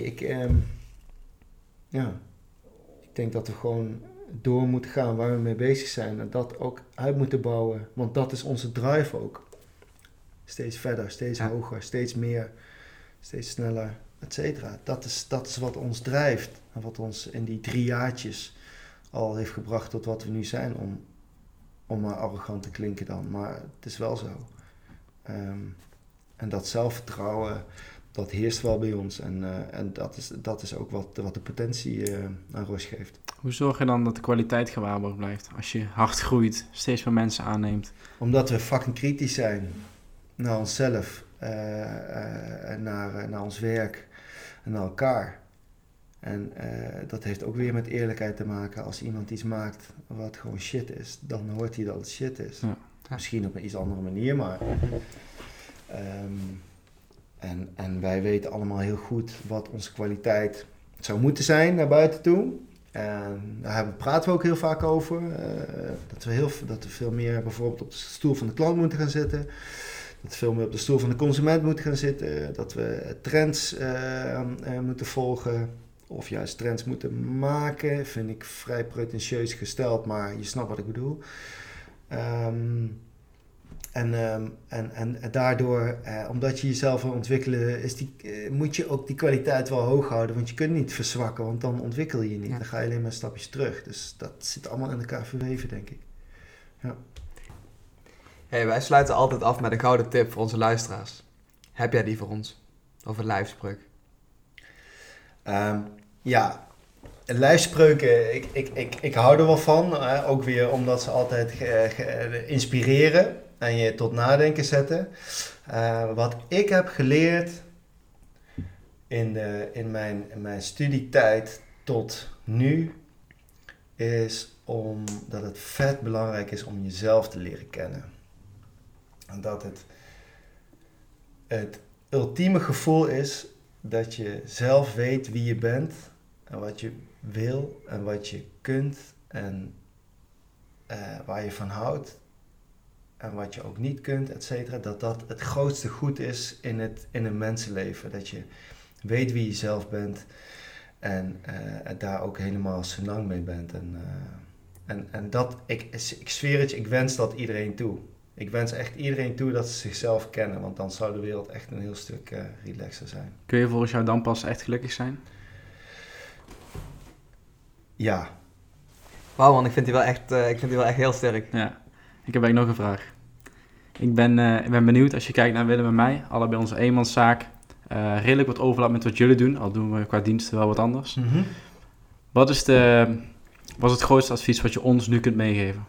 ik denk dat we gewoon door moeten gaan waar we mee bezig zijn en dat ook uit moeten bouwen, want dat is onze drive ook. Steeds verder, steeds hoger, steeds meer, steeds sneller, et cetera. Dat is wat ons drijft en wat ons in die 3 jaartjes al heeft gebracht tot wat we nu zijn, om maar arrogant te klinken dan, maar het is wel zo. En dat zelfvertrouwen, dat heerst wel bij ons. En dat is ook wat de potentie aan Roche geeft. Hoe zorg je dan dat de kwaliteit gewaarborgd blijft? Als je hard groeit, steeds meer mensen aanneemt. Omdat we fucking kritisch zijn naar onszelf. Naar ons werk en naar elkaar. En dat heeft ook weer met eerlijkheid te maken. Als iemand iets maakt wat gewoon shit is, dan hoort hij dat het shit is. Ja. Misschien op een iets andere manier, maar... En wij weten allemaal heel goed wat onze kwaliteit zou moeten zijn naar buiten toe. En daar praten we ook heel vaak over. Dat we veel meer bijvoorbeeld op de stoel van de klant moeten gaan zitten. Dat we veel meer op de stoel van de consument moeten gaan zitten. Dat we trends moeten volgen. Of juist trends moeten maken. Vind ik vrij pretentieus gesteld, maar je snapt wat ik bedoel. En daardoor, omdat je jezelf wil ontwikkelen, moet je ook die kwaliteit wel hoog houden. Want je kunt niet verzwakken, want dan ontwikkel je niet. Ja. Dan ga je alleen maar stapjes terug. Dus dat zit allemaal in elkaar verweven, denk ik. Ja. Hey, wij sluiten altijd af met een gouden tip voor onze luisteraars. Heb jij die voor ons? Over lijfspreuk? Ja, lijfspreuken, ik hou er wel van. Ook weer omdat ze altijd inspireren en je tot nadenken zetten. Wat ik heb geleerd in mijn studietijd tot nu, is dat het vet belangrijk is om jezelf te leren kennen. En dat het ultieme gevoel is dat je zelf weet wie je bent en wat je wil en wat je kunt en waar je van houdt en wat je ook niet kunt, et cetera. Dat het grootste goed is in een mensenleven. Dat je weet wie je zelf bent en daar ook helemaal senang mee bent. En dat, ik zweer het je, ik wens dat iedereen toe. Ik wens echt iedereen toe dat ze zichzelf kennen, want dan zou de wereld echt een heel stuk relaxer zijn. Kun je volgens jou dan pas echt gelukkig zijn? Ja. Wauw, man, ik vind die wel echt heel sterk. Ja, ik heb eigenlijk nog een vraag. Ik ben benieuwd, als je kijkt naar Willem en mij, allebei onze eenmanszaak, redelijk wat overlap met wat jullie doen, al doen we qua diensten wel wat anders. Mm-hmm. Wat is het grootste advies wat je ons nu kunt meegeven?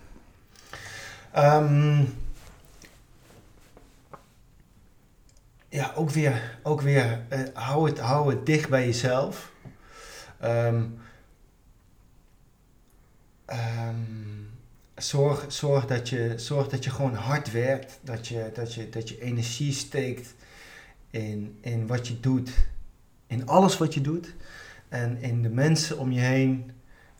Ja, ook weer hou het dicht bij jezelf. Zorg dat je gewoon hard werkt, dat je energie steekt in wat je doet, in alles wat je doet en in de mensen om je heen.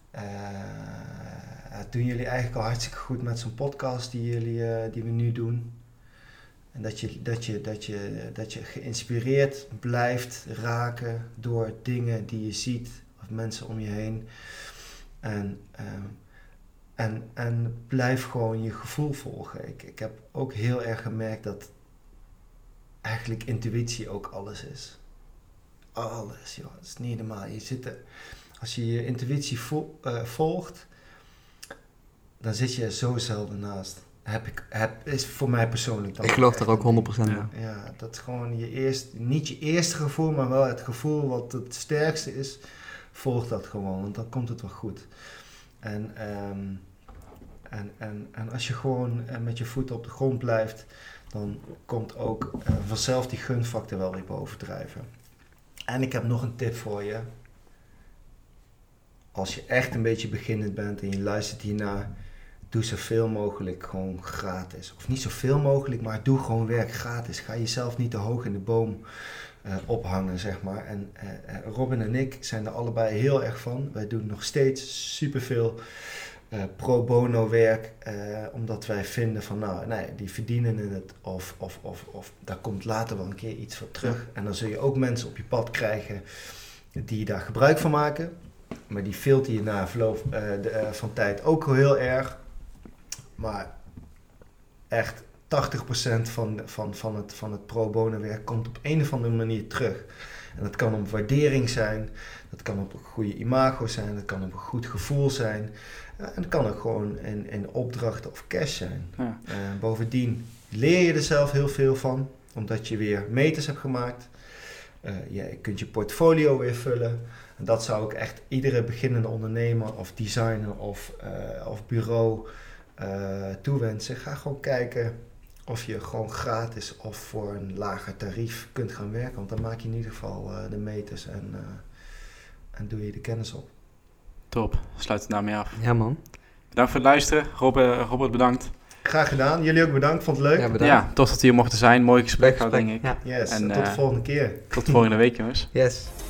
Dat doen jullie eigenlijk al hartstikke goed met zo'n podcast die we nu doen. En dat je geïnspireerd blijft raken door dingen die je ziet of mensen om je heen. En blijf gewoon je gevoel volgen. Ik heb ook heel erg gemerkt dat eigenlijk intuïtie ook alles is. Alles, joh. Het is niet normaal. Als je je intuïtie volgt, dan zit je zo zelden naast. Is voor mij persoonlijk dan. Ik geloof daar ook 100% in. Ja, dat is gewoon niet je eerste gevoel, maar wel het gevoel wat het sterkste is. Volg dat gewoon, want dan komt het wel goed. En als je gewoon met je voeten op de grond blijft, dan komt ook vanzelf die gunfactor wel weer bovendrijven. En ik heb nog een tip voor je. Als je echt een beetje beginnend bent en je luistert hiernaar, doe zoveel mogelijk gewoon gratis. Of niet zoveel mogelijk, maar doe gewoon werk gratis. Ga jezelf niet te hoog in de boom ophangen, zeg maar. En Robin en ik zijn er allebei heel erg van. Wij doen nog steeds superveel pro bono werk, omdat wij vinden van, die verdienen het of daar komt later wel een keer iets voor terug. En dan zul je ook mensen op je pad krijgen die daar gebruik van maken. Maar die filter je na verloop van tijd ook heel erg. Maar echt 80% van het pro bono werk komt op een of andere manier terug. En dat kan op waardering zijn, dat kan op een goede imago zijn, dat kan op een goed gevoel zijn. En dat kan ook gewoon in opdrachten of cash zijn. Ja. Bovendien leer je er zelf heel veel van, omdat je weer meters hebt gemaakt. Je kunt je portfolio weer vullen. En dat zou ik echt iedere beginnende ondernemer of designer of bureau toewensen. Ga gewoon kijken of je gewoon gratis of voor een lager tarief kunt gaan werken. Want dan maak je in ieder geval de meters en doe je de kennis op. Top, sluit het daarmee af. Ja man. Bedankt voor het luisteren. Robert, bedankt. Graag gedaan. Jullie ook bedankt. Vond het leuk. Ja, tof dat we hier mochten zijn. Mooi gesprek gehad, denk ik. Ja. Yes, en tot de volgende keer. Tot de volgende week, jongens. Yes.